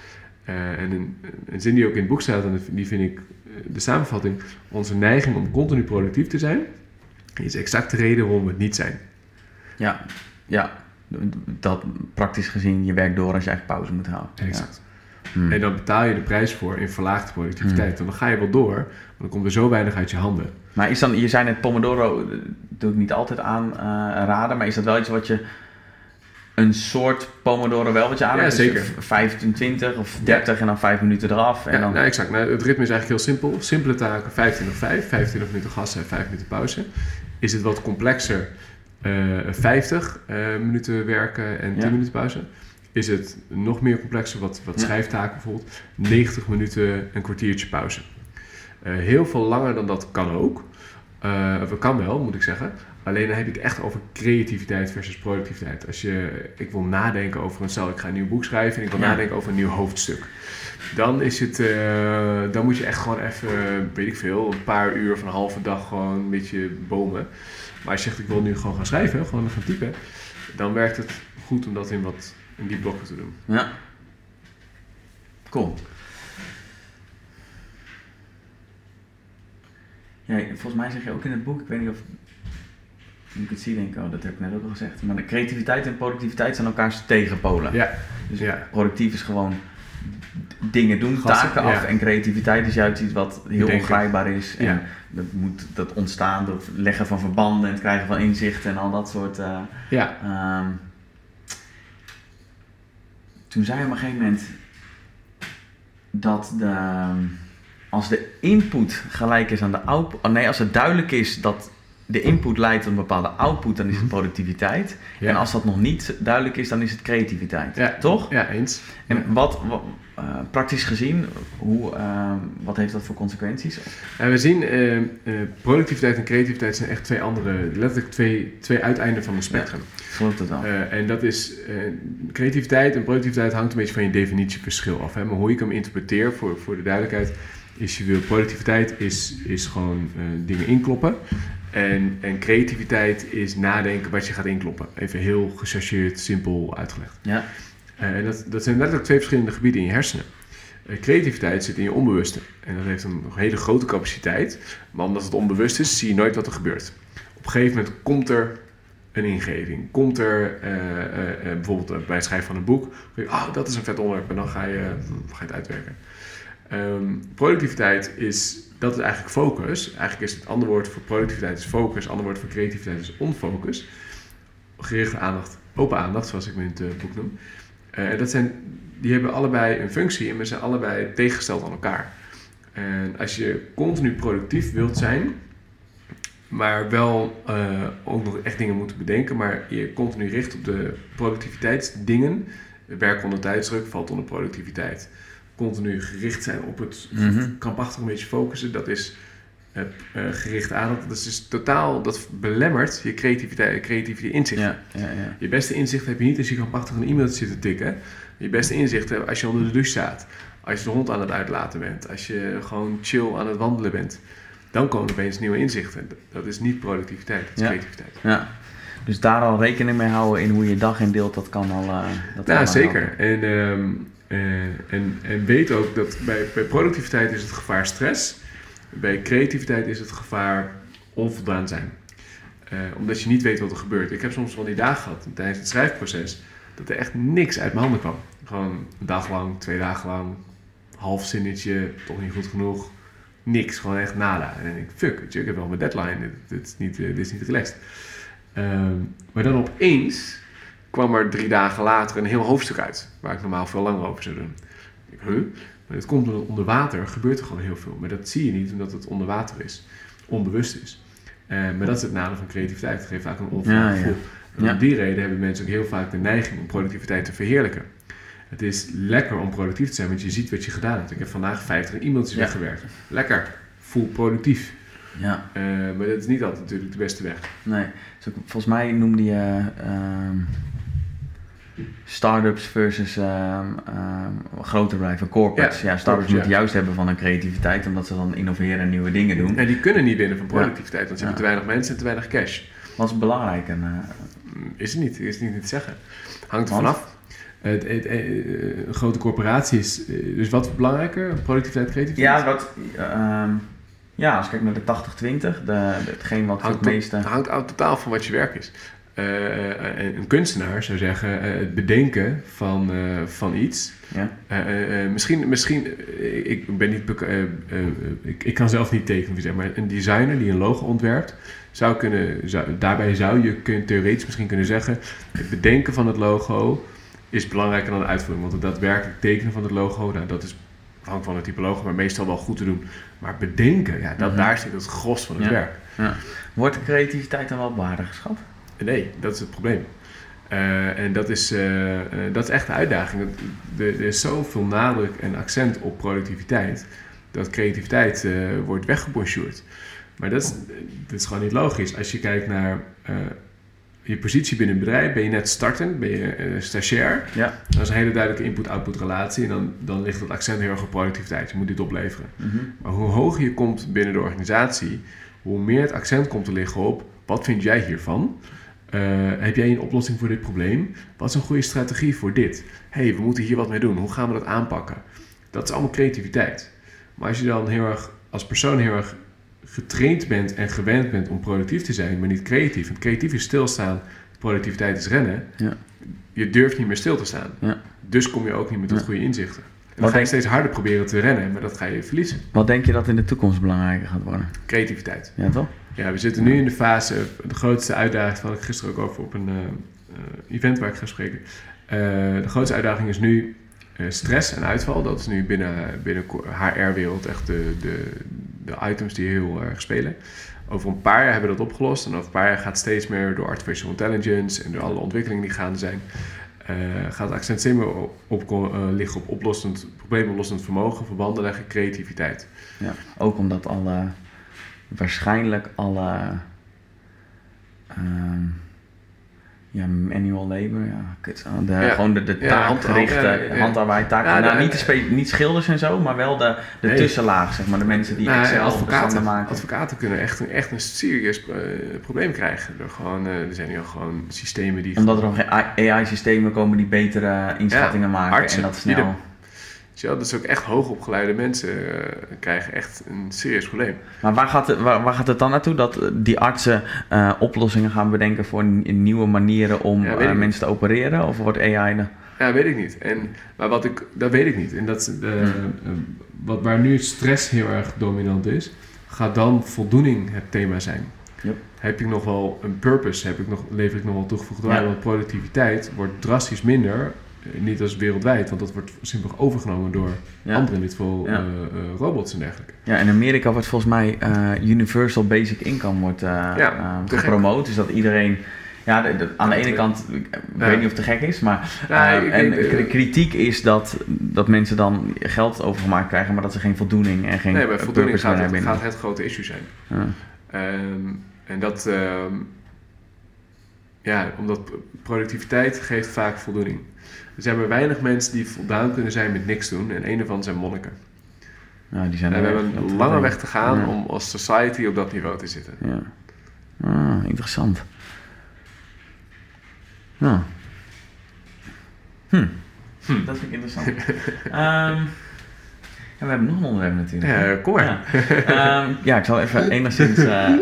En een zin die ook in het boek staat, en die vind ik de samenvatting, onze neiging om continu productief te zijn, is exact de reden waarom we het niet zijn. Ja. Dat praktisch gezien je werk door als je eigenlijk pauze moet houden. Exact. Ja. En dan betaal je de prijs voor in verlaagde productiviteit. Dan ga je wel door, maar dan komt er zo weinig uit je handen. Maar is dan, je zei net Pomodoro, doe ik niet altijd aan raden, maar is dat wel iets wat je, een soort Pomodoro wel wat je aan hebt? Ja, zeker. 25 of 30 en dan 5 minuten eraf. En dan... exact. Het ritme is eigenlijk heel simpel. Simpele taken, 25-5, 25 minuten gas en 5 minuten pauze. Is het wat complexer, 50 minuten werken en 10 minuten pauze. Is het nog meer complexer, wat schrijftaken bijvoorbeeld, 90 minuten, een kwartiertje pauze. Heel veel langer dan dat kan ook. Of kan wel, moet ik zeggen. Alleen dan heb ik het echt over creativiteit versus productiviteit. Ik wil nadenken over ik ga een nieuw boek schrijven en ik wil nadenken over een nieuw hoofdstuk. Dan is het, dan moet je echt gewoon even, weet ik veel, een paar uur of een halve dag gewoon een beetje bomen. Maar als je zegt, ik wil nu gewoon gaan schrijven, gewoon gaan typen, dan werkt het goed om dat in die blokken te doen. Ja. Cool. Ja, volgens mij zeg je ook in het boek, ik weet niet of ik het zie, denk ik, dat heb ik net ook al gezegd, maar de creativiteit en productiviteit zijn elkaars tegenpolen. Ja. Dus productief is gewoon dingen doen, taken af, en creativiteit is juist iets wat heel ongrijpbaar is. En dat ontstaan door het leggen van verbanden en het krijgen van inzichten en al dat soort... Toen zei je op een gegeven moment dat als de input gelijk is aan de output... Nee, als het duidelijk is dat de input leidt tot een bepaalde output, dan is het productiviteit. Ja. En als dat nog niet duidelijk is, dan is het creativiteit. Ja. Toch? Ja, eens. En wat praktisch gezien, wat heeft dat voor consequenties? We zien, productiviteit en creativiteit zijn echt letterlijk twee uiteinden van een spectrum. Klopt het al. En dat is, creativiteit en productiviteit hangt een beetje van je definitieverschil af. Hè? Maar hoe ik hem interpreteer, voor de duidelijkheid, is productiviteit is gewoon dingen inkloppen. En creativiteit is nadenken wat je gaat inkloppen. Even heel gechargeerd, simpel uitgelegd. Ja. En dat zijn letterlijk 2 verschillende gebieden in je hersenen. Creativiteit zit in je onbewuste. En dat heeft een hele grote capaciteit. Maar omdat het onbewust is, zie je nooit wat er gebeurt. Op een gegeven moment komt er een ingeving. Komt er bijvoorbeeld bij het schrijven van een boek. Dat is een vet onderwerp. En dan ga je het uitwerken. Productiviteit dat is eigenlijk focus. Eigenlijk is het andere woord voor productiviteit is focus. Het andere woord voor creativiteit is onfocus. Gerichte aandacht, open aandacht, zoals ik me in het boek noem. Die hebben allebei een functie en we zijn allebei tegengesteld aan elkaar. En als je continu productief wilt zijn, maar wel ook nog echt dingen moet bedenken, maar je continu richt op de productiviteitsdingen. Werk onder tijdsdruk valt onder productiviteit. Continu gericht zijn op het krampachtig een beetje focussen, dat is gericht aandacht. Dat is totaal, dat belemmert je creatieve inzichten. Ja. Je beste inzicht heb je niet als je krampachtig een e-mail zit te tikken. Je beste inzicht heb je als je onder de douche staat. Als je de hond aan het uitlaten bent. Als je gewoon chill aan het wandelen bent. Dan komen opeens nieuwe inzichten. Dat is niet productiviteit, dat is creativiteit. Ja. Dus daar al rekening mee houden in hoe je dag indeelt, dat kan al... zeker. En weet ook dat bij productiviteit is het gevaar stress. Bij creativiteit is het gevaar onvoldaan zijn. Omdat je niet weet wat er gebeurt. Ik heb soms wel die dagen gehad tijdens het schrijfproces dat er echt niks uit mijn handen kwam. Gewoon een dag lang, 2 dagen lang, half zinnetje, toch niet goed genoeg. Niks, gewoon echt nada. En dan denk ik, fuck, ik heb wel mijn deadline, dit is niet relaxed. Maar dan opeens kwam er 3 dagen later een heel hoofdstuk uit, waar ik normaal veel langer over zou doen. Ik denk, maar het komt omdat onder water gebeurt er gewoon heel veel. Maar dat zie je niet omdat het onder water is, onbewust is. Maar dat is het nadeel van creativiteit. Het geeft vaak een onvoldaan gevoel. En om die reden hebben mensen ook heel vaak de neiging om productiviteit te verheerlijken. Het is lekker om productief te zijn, want je ziet wat je gedaan hebt. Ik heb vandaag 50 e-mailtjes weggewerkt. Lekker, voel productief. Ja. Maar dat is niet altijd natuurlijk de beste weg. Nee, dus volgens mij noemde je start-ups versus grote bedrijven, corporates. Ja, start-ups moeten juist hebben van een creativiteit, omdat ze dan innoveren en nieuwe dingen doen. En die kunnen niet winnen van productiviteit, want ze hebben te weinig mensen en te weinig cash. Wat is belangrijk? Is het niet te zeggen. Hangt er vanaf. Grote corporaties, dus wat is belangrijker? Productiviteit, creativiteit? Als ik kijk naar de 80-20, hetgeen wat het meeste... Het hangt totaal van wat je werk is. Een kunstenaar zou zeggen, het bedenken van iets. Ja. Misschien ik ben niet ik kan zelf niet tekenen, zeg maar een designer die een logo ontwerpt, daarbij zou je theoretisch misschien kunnen zeggen, het bedenken van het logo is belangrijker dan de uitvoering, want het daadwerkelijk tekenen van het logo, dat is afhankelijk van het type logo, maar meestal wel goed te doen. Maar bedenken, daar zit het gros van het werk. Ja. Wordt de creativiteit dan wel op waarde geschat? Nee, dat is het probleem. En dat is echt de uitdaging. Er is zoveel nadruk en accent op productiviteit, dat creativiteit wordt weggebonjourd. Maar dat is gewoon niet logisch. Als je kijkt naar je positie binnen een bedrijf, ben je net startend, ben je stagiair. Ja. Dat is een hele duidelijke input-output relatie en dan ligt het accent heel erg op productiviteit. Je moet dit opleveren. Mm-hmm. Maar hoe hoger je komt binnen de organisatie, hoe meer het accent komt te liggen op, wat vind jij hiervan? Heb jij een oplossing voor dit probleem? Wat is een goede strategie voor dit? We moeten hier wat mee doen. Hoe gaan we dat aanpakken? Dat is allemaal creativiteit. Maar als je dan als persoon heel erg getraind bent en gewend bent om productief te zijn, maar niet creatief. Want creatief is stilstaan, productiviteit is rennen. Ja. Je durft niet meer stil te staan. Ja. Dus kom je ook niet meer tot goede inzichten. En dan ga je steeds harder proberen te rennen, maar dat ga je verliezen. Wat denk je dat in de toekomst belangrijker gaat worden? Creativiteit. Ja, toch? Ja, we zitten nu in de fase, de grootste uitdaging, daar had ik gisteren ook over op een event waar ik ga spreken. De grootste uitdaging is nu stress en uitval. Dat is nu binnen HR-wereld echt de items die heel erg spelen. Over een paar jaar hebben we dat opgelost. En over een paar jaar gaat steeds meer door artificial intelligence en door alle ontwikkelingen die gaande zijn, gaat het accent steeds meer liggen op probleemoplossend vermogen, verbanden leggen, creativiteit. Ja, ook omdat waarschijnlijk alle manual labor, gewoon de taakgerichte handarbeid, niet schilders en zo, maar wel de tussenlaag, zeg maar, de mensen die Excel maken. Advocaten kunnen echt een serieus probleem krijgen. Er zijn nu al gewoon systemen die... Omdat er nog AI-systemen komen die betere inschattingen maken. Artsen, en dat snel... Dus ook echt hoogopgeleide mensen krijgen echt een serieus probleem. Maar waar gaat het dan naartoe? Dat die artsen oplossingen gaan bedenken voor nieuwe manieren om mensen te opereren? Of wordt AI dan? Ja, weet ik niet. Maar dat weet ik niet. En dat waar nu stress heel erg dominant is, gaat dan voldoening het thema zijn. Yep. Heb ik nog wel een purpose? Lever ik nog wel toegevoegde waarde? Want productiviteit wordt drastisch minder. Niet als wereldwijd, want dat wordt simpelweg overgenomen door anderen, in dit geval robots en dergelijke. Ja, in Amerika wordt volgens mij Universal Basic Income gepromoot. Dus dat iedereen... Ja, aan de ene kant, ik weet niet of het te gek is, maar de kritiek is dat mensen dan geld overgemaakt krijgen, maar dat ze geen voldoening en geen nee, maar voldoening gaat het grote issue zijn. En dat, omdat productiviteit geeft vaak voldoening. Er zijn maar weinig mensen die voldaan kunnen zijn met niks doen en een ervan zijn monniken. Ja, die zijn we hebben een lange weg te gaan om als society op dat niveau te zitten. Ja. Interessant. Ja. Dat vind ik interessant. We hebben nog een onderwerp natuurlijk. Ja, kom maar. Ik zal even enigszins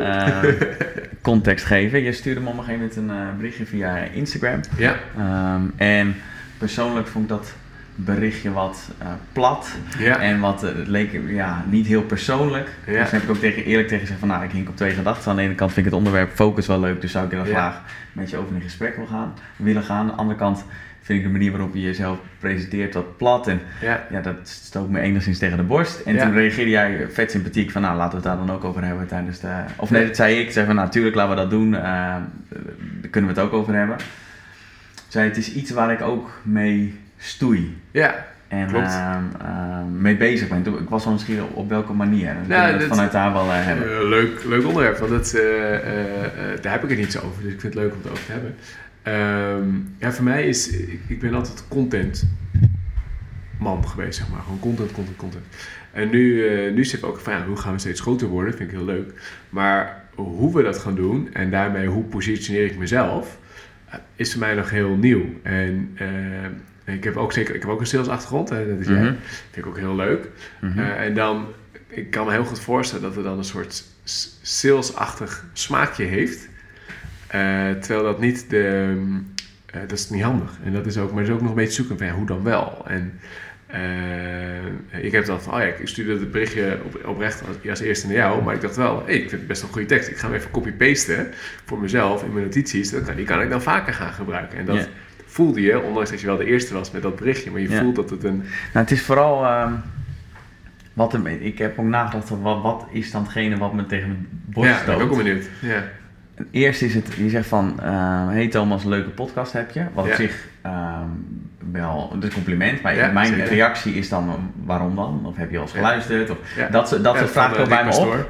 context geven. Je stuurde me op een gegeven moment een berichtje via Instagram. Ja. En persoonlijk vond ik dat berichtje wat plat. Ja. En het leek niet heel persoonlijk. Ja. Dus heb ik ook eerlijk tegen gezegd van ik hink op twee gedachten. Aan de ene kant vind ik het onderwerp focus wel leuk, dus zou ik er graag met je over in gesprek willen gaan. Aan de andere kant vind ik de manier waarop je jezelf presenteert wat plat. En dat stoot me enigszins tegen de borst. En toen reageerde jij vet sympathiek van laten we het daar dan ook over hebben tijdens de... Of nee, dat zei ik. Ik zei van natuurlijk laten we dat doen. Daar kunnen we het ook over hebben. Zei het is iets waar ik ook mee stoei. Ja, en klopt. Mee bezig ben. Ik was wel misschien op welke manier. Dan kunnen we het vanuit daar wel hebben. Leuk onderwerp, want daar heb ik het niet zo over. Dus ik vind het leuk om het over te hebben. Voor mij ik ben altijd content man geweest, zeg maar. Gewoon content. En nu zit ik ook van hoe gaan we steeds groter worden, vind ik heel leuk. Maar hoe we dat gaan doen en daarmee hoe positioneer ik mezelf, is voor mij nog heel nieuw. En ik heb ook een salesachtergrond, dat is jij. Vind ik ook heel leuk. En dan, ik kan me heel goed voorstellen dat er dan een soort salesachtig smaakje heeft. Terwijl dat niet dat is niet handig. En dat is ook nog een beetje zoeken van hoe dan wel. En ik heb dan van, ik stuurde het berichtje oprecht als eerste naar jou, maar ik dacht wel, ik vind het best een goede tekst. Ik ga hem even copy-pasten voor mezelf in mijn notities. Die kan ik dan vaker gaan gebruiken. En dat voelde je, ondanks dat je wel de eerste was met dat berichtje, maar je voelt dat het een... Nou, het is vooral... ik heb ook nagedacht, wat is dan hetgene wat me tegen mijn borst stoot? Ja, ben ik ook benieuwd. Ja. Eerst is het, je zegt van, hey Thomas, een leuke podcast heb je. Wat op zich wel een compliment, maar mijn reactie is dan, waarom dan? Of heb je al eens geluisterd? Of dat soort vragen komen bij me op.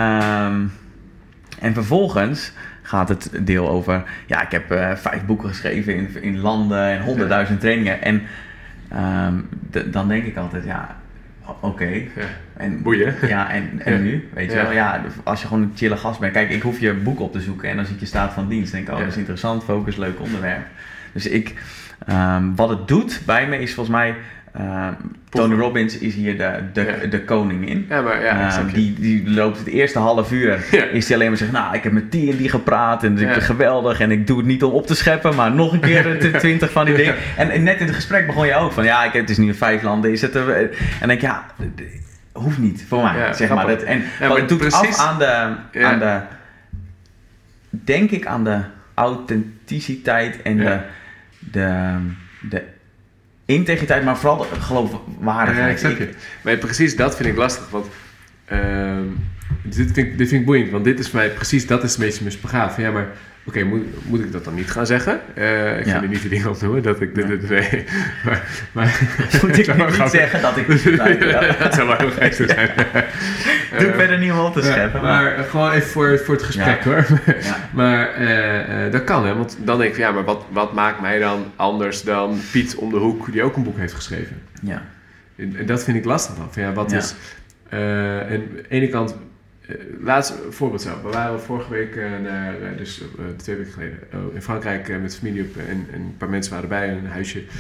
En vervolgens gaat het deel over, ik heb 5 boeken geschreven in landen en 100.000 trainingen. En dan denk ik altijd, oké. En boeien. Ja, en nu? Weet je wel? Als je gewoon een chille gast bent. Kijk, ik hoef je boek op te zoeken en dan zie ik je staat van dienst. Dan denk ik, dat is interessant, focus, leuk onderwerp. Dus wat het doet bij me is volgens mij... Tony Robbins is hier de koningin. Ja, maar die loopt het eerste half uur. Is hij alleen maar zeggen, ik heb met die en die gepraat en ik ben geweldig en ik doe het niet om op te scheppen, maar nog een keer 20 van die dingen. En net in het gesprek begon je ook van, het is nu in 5 landen. Is het en denk hoeft niet voor mij, zeg maar. Maar het doet precies af aan de, denk ik aan de authenticiteit en de integriteit, maar vooral de geloofwaardigheid. Maar precies dat vind ik lastig, want dit vind ik boeiend, want dit is mij precies, dat is een beetje mijn spagaat. Van maar oké, moet ik dat dan niet gaan zeggen? Ik ga nu niet de dingen opnoemen, dat ik nee. Maar moet ik nu niet zeggen dat ik dat zou wel heel geestig zijn. Doe verder niet om op te scheppen. Maar gewoon even voor het gesprek hoor. Maar dat kan hè, want dan denk ik maar wat maakt mij dan anders dan Piet om de hoek die ook een boek heeft geschreven? Ja. En dat vind ik lastig dan. Van wat is... en aan de ene kant... laatst voorbeeld zo. We waren vorige week, 2 weken geleden, in Frankrijk met familie en een paar mensen waren erbij in een huisje.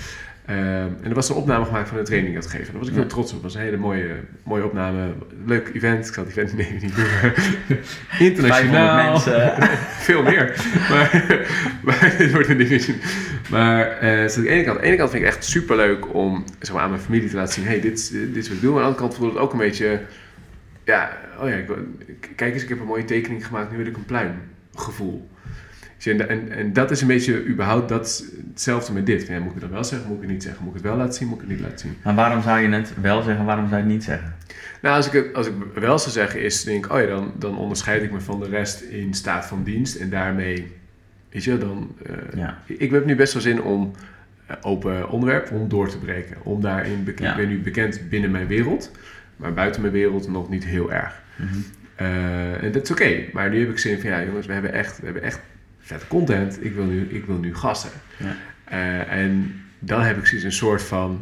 En er was een opname gemaakt van een training dat gegeven. Daar was ik heel trots op. Het was een hele mooie opname. Leuk event. Ik zal het event nemen niet doen. Internationaal. Mensen. Veel meer. maar dit wordt een dingetje. Maar aan de ene kant vind ik echt super leuk om zeg maar, aan mijn familie te laten zien. Hey, dit is wat ik doe. Maar aan de andere kant voelde het ook een beetje... Ja, kijk eens, ik heb een mooie tekening gemaakt. Nu wil ik een pluimgevoel. En dat is een beetje überhaupt hetzelfde met dit. Ja, moet ik het dan wel zeggen, moet ik het niet zeggen? Moet ik het wel laten zien, moet ik het niet laten zien? Maar waarom zou je het wel zeggen, waarom zou je het niet zeggen? Nou, als ik wel zou zeggen is, denk ik, dan onderscheid ik me van de rest in staat van dienst. En daarmee, weet je, dan... Ik heb nu best wel zin om open onderwerp, om door te breken. Om daarin, ik ben nu bekend binnen mijn wereld, maar buiten mijn wereld nog niet heel erg. Mm-hmm. En dat is oké. Maar nu heb ik zin van, ja jongens, we hebben echt vette content. Ik wil nu gasten. Ja. En dan heb ik zoiets een soort van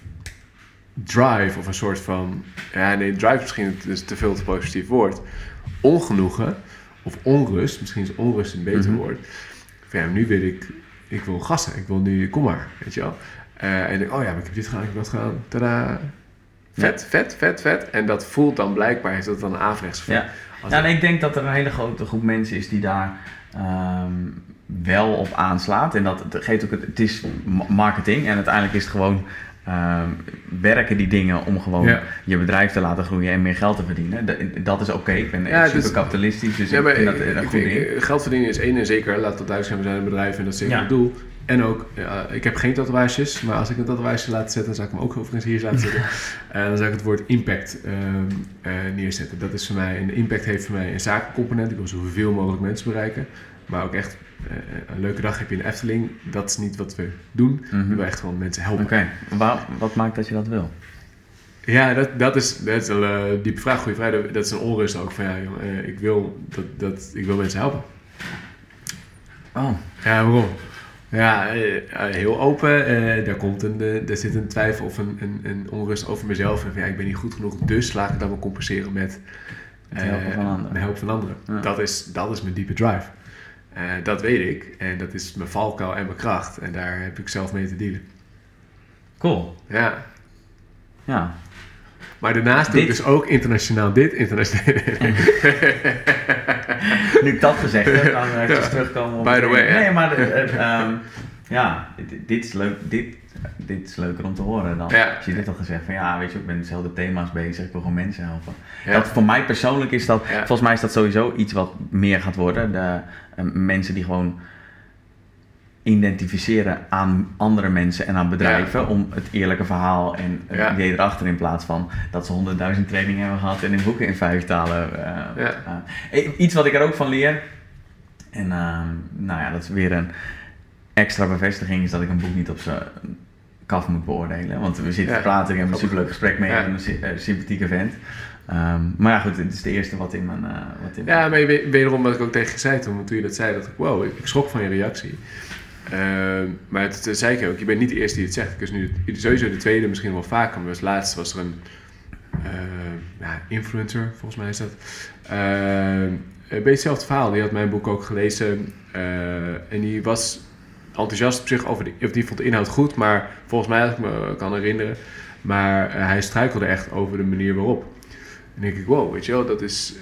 drive of een soort van... Ja, nee, drive is misschien te veel te positief woord. Ongenoegen of onrust. Misschien is onrust een beter woord. Van, ja, nu wil ik wil gasten. Ik wil nu, kom maar, weet je wel. En ik denk, oh ja, maar ik heb dit gedaan, ik heb dat gedaan. Tadaa. Vet. En dat voelt dan blijkbaar, heeft dat dan een averechts. Ja. En ik denk dat er een hele grote groep mensen is die daar wel op aanslaat. En dat geeft ook het is marketing en uiteindelijk is het gewoon werken die dingen om gewoon je bedrijf te laten groeien en meer geld te verdienen. Dat is oké. Ik ben super kapitalistisch, dus ik vind dat een goed ding. Geld verdienen is één en zeker. Laat dat duidelijk zijn, we zijn een bedrijf en dat is zeker het doel. En ook, ik heb geen tatoeages, maar als ik een tatoeage laat zetten, zou ik hem ook overigens hier laten zetten. Dan zou ik het woord impact neerzetten. Dat is voor mij, en impact heeft voor mij een zakencomponent. Ik wil zoveel mogelijk mensen bereiken. Maar ook echt, een leuke dag heb je in de Efteling. Dat is niet wat we doen. We willen echt gewoon mensen helpen. Oké. Wat maakt dat je dat wil? Ja, dat is een diepe vraag, goede vraag. Dat is een onrust ook van, ja jongen, ik wil mensen helpen. Oh. Ja, waarom? Ja, heel open. Daar zit een twijfel of een onrust over mezelf. En van, ja, ik ben niet goed genoeg, dus laat ik dat maar compenseren met help van anderen. Ja. Dat is mijn diepe drive. Dat weet ik. En dat is mijn valkuil en mijn kracht. En daar heb ik zelf mee te dealen. Cool. Ja. Maar daarnaast doe ik dus ook internationaal dit, internationaal. Nu ik dat gezegd heb, dan even terugkomen op... By the way, nee, maar dit is leuk. Dit is leuker om te horen dan. Ja. Als je dit al gezegd van ja, weet je, ik ben dezelfde thema's bezig, ik wil gewoon mensen helpen. Ja. Dat, voor mij persoonlijk is dat, volgens mij is dat sowieso iets wat meer gaat worden. De mensen die gewoon identificeren aan andere mensen en aan bedrijven om het eerlijke verhaal en het idee erachter in plaats van dat ze 100.000 trainingen hebben gehad en in boeken in 5 talen. Iets wat ik er ook van leer en dat is weer een extra bevestiging is dat ik een boek niet op zijn kaf moet beoordelen, want we zitten te praten, ik heb een superleuk gesprek mee en een sympathieke vent. Maar ja goed, dit is de eerste wat in mijn... maar wederom wat ik ook tegen je zei toen je dat zei, dat ik schrok van je reactie. Maar toen zei ik ook, je bent niet de eerste die het zegt. Dus nu sowieso de tweede, misschien wel vaker. Maar als laatste was er een influencer, volgens mij is dat. Een beetje hetzelfde verhaal. Die had mijn boek ook gelezen. En die was enthousiast op zich over die vond de inhoud goed. Maar volgens mij, als ik me kan herinneren. Maar hij struikelde echt over de manier waarop. En dan denk ik, wow, weet je wel, dat is...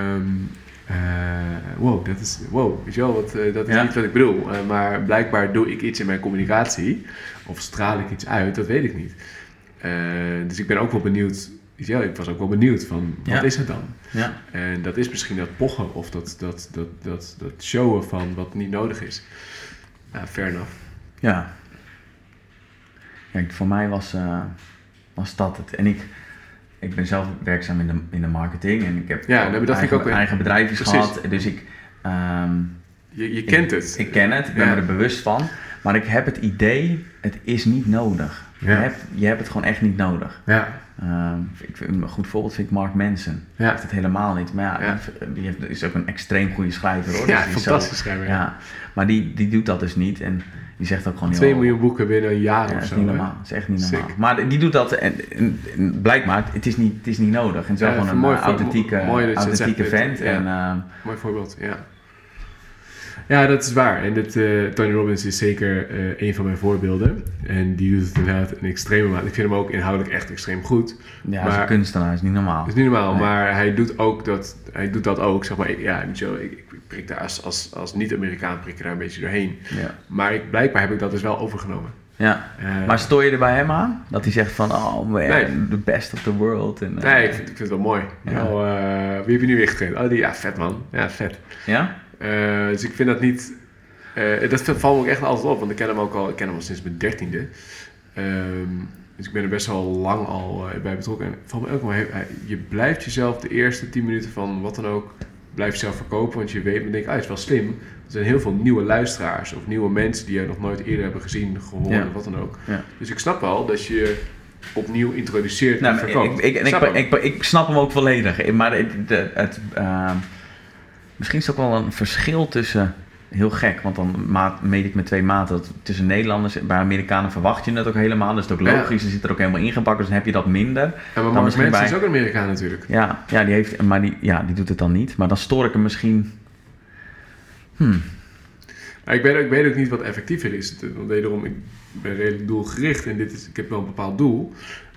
weet je wel, dat is niet wat ik bedoel. Maar blijkbaar doe ik iets in mijn communicatie, of straal ik iets uit, dat weet ik niet. Dus ik ben ook wel benieuwd, ik was ook wel benieuwd van, wat is het dan? Ja. En dat is misschien dat pochen, of dat showen van wat niet nodig is. Fair enough. Ja. Kijk, voor mij was dat het. En ik ben zelf werkzaam in de marketing en ik heb eigen bedrijfjes gehad. Dus ik... je kent het. Ik ken het, ik ben me er bewust van. Maar ik heb het idee, het is niet nodig. Ja. Je hebt het gewoon echt niet nodig. Ja. Een goed voorbeeld vind ik Mark Manson. Hij heeft het helemaal niet. Maar die is ook een extreem goede schrijver hoor. Ja, dus fantastisch schrijver. Ja. Maar die doet dat dus niet. En die zegt ook gewoon 2 miljoen boeken binnen een jaar of zo. Dat is niet normaal. Dat is echt niet normaal. Sick. Maar die doet dat en blijkbaar, het is niet nodig. En het is wel gewoon een authentieke vent. Mooi voorbeeld, ja. Ja, dat is waar. En Tony Robbins is zeker een van mijn voorbeelden. En die doet het inderdaad in extreme mate. Ik vind hem ook inhoudelijk echt extreem goed. Ja, hij is een kunstenaar, is niet normaal. Dat is niet normaal, nee. Maar hij doet dat ook. Zeg maar, ik prik daar als niet-Amerikaan prik je daar een beetje doorheen. Ja. Maar blijkbaar heb ik dat dus wel overgenomen. Ja, maar stoor je er bij hem aan? Dat hij zegt van, oh man, the best of the world. En, nee, ik vind het wel mooi. Ja. Wie heb je nu weer getraind? Oh, ja, vet man. Ja, vet. Ja? Dus ik vind dat niet... dat valt me ook echt altijd op, want ik ken hem al sinds mijn 13e. Dus ik ben er best wel lang al bij betrokken. En valt me ook wel, je blijft jezelf de eerste 10 minuten van wat dan ook, blijf jezelf verkopen, want je weet, men denkt, het is wel slim. Er zijn heel veel nieuwe luisteraars of nieuwe mensen die je nog nooit eerder hebben gezien, gehoord of wat dan ook. Ja. Dus ik snap wel dat je opnieuw introduceert en verkoopt. Ik snap hem ook volledig. Maar misschien is het ook wel een verschil tussen... Heel gek, want dan meet ik met 2 maten tussen Nederlanders. Bij Amerikanen verwacht je het ook helemaal. Dus het is ook logisch, ze zit er ook helemaal ingepakt. Dus dan heb je dat minder. Ja, maar Mark Manson is ook een Amerikaan natuurlijk. Ja, die heeft, maar die doet het dan niet. Maar dan stoor ik hem misschien... Maar ik weet ook niet wat effectiever is. Want wederom, ik ben redelijk doelgericht. En ik heb wel een bepaald doel.